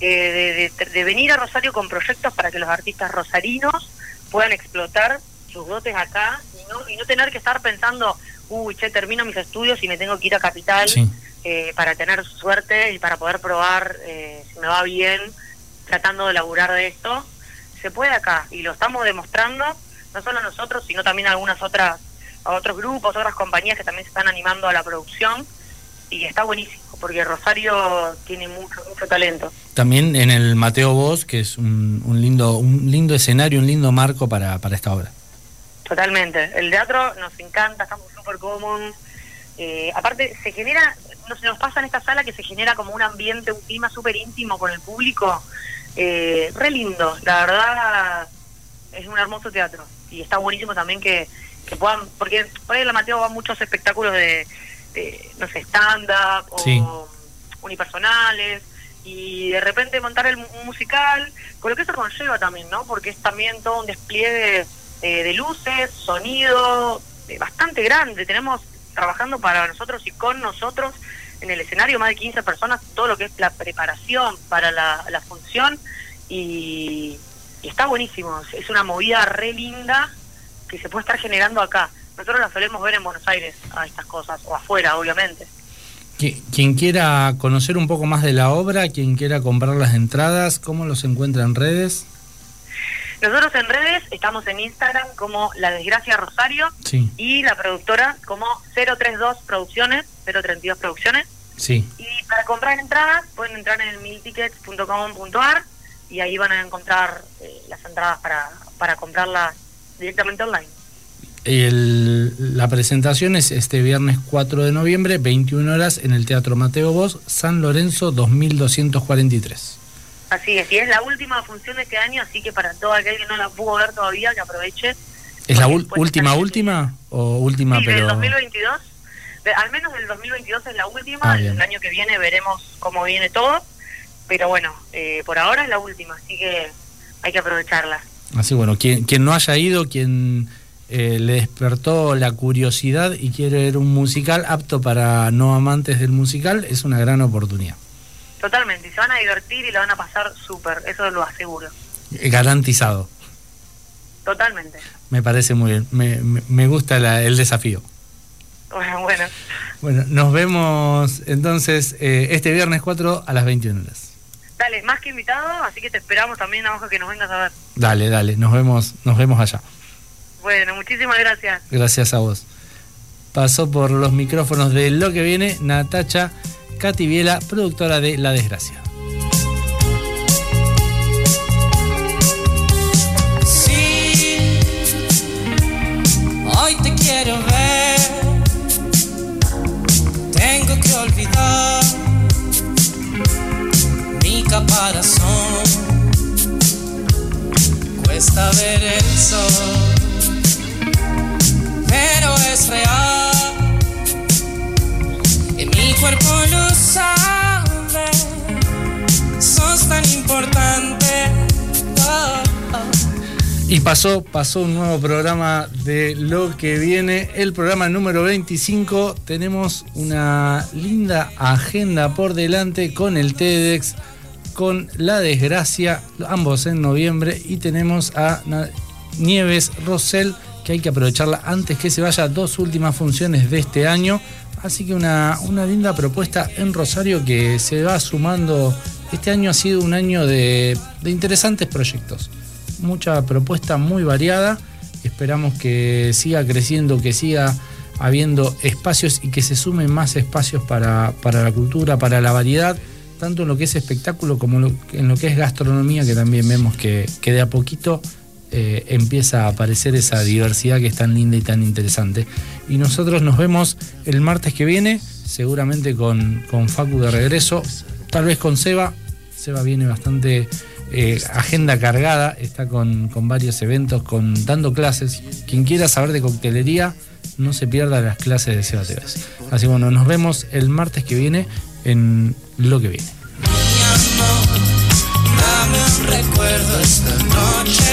Speaker 10: De venir a Rosario con proyectos para que los artistas rosarinos puedan explotar sus dotes acá y no tener que estar pensando, termino mis estudios y me tengo que ir a Capital para tener suerte y para poder probar si me va bien, tratando de laburar de esto. Se puede acá y lo estamos demostrando, no solo nosotros, sino también otros grupos, otras compañías que también se están animando a la producción. y está buenísimo, porque Rosario tiene mucho talento.
Speaker 2: También en el Mateo Bosch, que es un lindo escenario, un lindo marco para esta obra.
Speaker 10: Totalmente. El teatro nos encanta, estamos súper cómodos. Aparte, se nos pasa en esta sala que se genera como un ambiente, un clima súper íntimo con el público. Re lindo, la verdad es un hermoso teatro. Y está buenísimo también que puedan, porque por ahí en la Mateo van muchos espectáculos de no sé, stand-up o unipersonales, y de repente montar el musical, con lo que eso conlleva también, ¿no? Porque es también todo un despliegue de luces, sonido, bastante grande. Tenemos trabajando para nosotros y con nosotros en el escenario más de 15 personas, todo lo que es la preparación para la función, y está buenísimo. Es una movida re linda que se puede estar generando acá. Nosotros la solemos ver en Buenos Aires a estas cosas, o afuera, obviamente.
Speaker 2: Quien quiera conocer un poco más de la obra, quien quiera comprar las entradas, ¿cómo los encuentra en redes?
Speaker 10: Nosotros en redes estamos en Instagram como La Desgracia Rosario,
Speaker 2: sí,
Speaker 10: y la productora como 032 Producciones, 032 Producciones.
Speaker 2: Sí.
Speaker 10: Y para comprar entradas pueden entrar en miltickets.com.ar y ahí van a encontrar las entradas para comprarlas directamente online.
Speaker 2: La presentación es este viernes 4 de noviembre, 21 horas, en el Teatro Mateo Bosch, San Lorenzo 2243.
Speaker 10: Así es, y es la última función de este año, así que para todo aquel que no la pudo ver todavía, que aproveche.
Speaker 2: ¿Es la última o última,
Speaker 10: sí,
Speaker 2: pero...?
Speaker 10: del 2022, al menos del 2022 es la última, el año que viene veremos cómo viene todo, pero bueno, por ahora es la última, así que hay que aprovecharla.
Speaker 2: Así bueno, quien no haya ido, quien le despertó la curiosidad y quiere ver un musical apto para no amantes del musical, es una gran oportunidad.
Speaker 10: Totalmente, y se van a divertir y la van a pasar súper, eso lo aseguro.
Speaker 2: Garantizado.
Speaker 10: Totalmente.
Speaker 2: Me parece muy bien, me gusta el desafío. Bueno, nos vemos entonces este viernes 4 a las 21 horas.
Speaker 10: Dale, más que invitado, así que te esperamos también abajo que nos vengas a ver.
Speaker 2: Dale, nos vemos allá.
Speaker 10: Bueno, muchísimas gracias.
Speaker 2: Gracias a vos. Pasó por los micrófonos de Lo que viene Natacha Cativiela, productora de La Desgracia.
Speaker 9: Sí, hoy te quiero ver. Tengo que olvidar mi caparazón. Cuesta ver el sol, pero es real. En mi cuerpo lo sabe. Sos tan importante. Oh, oh.
Speaker 2: Y pasó un nuevo programa de Lo que viene, el programa número 25. Tenemos una linda agenda por delante con el TEDx, con La Desgracia, ambos en noviembre, y tenemos a Nieves Rosell, que hay que aprovecharla antes que se vaya, 2 últimas funciones de este año, así que una linda propuesta en Rosario que se va sumando. Este año ha sido un año de interesantes proyectos, mucha propuesta muy variada. Esperamos que siga creciendo, que siga habiendo espacios y que se sumen más espacios para la cultura, para la variedad, tanto en lo que es espectáculo como en lo que es gastronomía, que también vemos que de a poquito empieza a aparecer esa diversidad que es tan linda y tan interesante. Y nosotros nos vemos el martes que viene, seguramente con Facu de regreso, tal vez con Seba. Seba viene bastante agenda cargada, está con varios eventos, dando clases. Quien quiera saber de coctelería, no se pierda las clases de Seba Tevez. Así que bueno, nos vemos el martes que viene en Lo que viene.
Speaker 9: Mi amor, dame un recuerdo esta noche.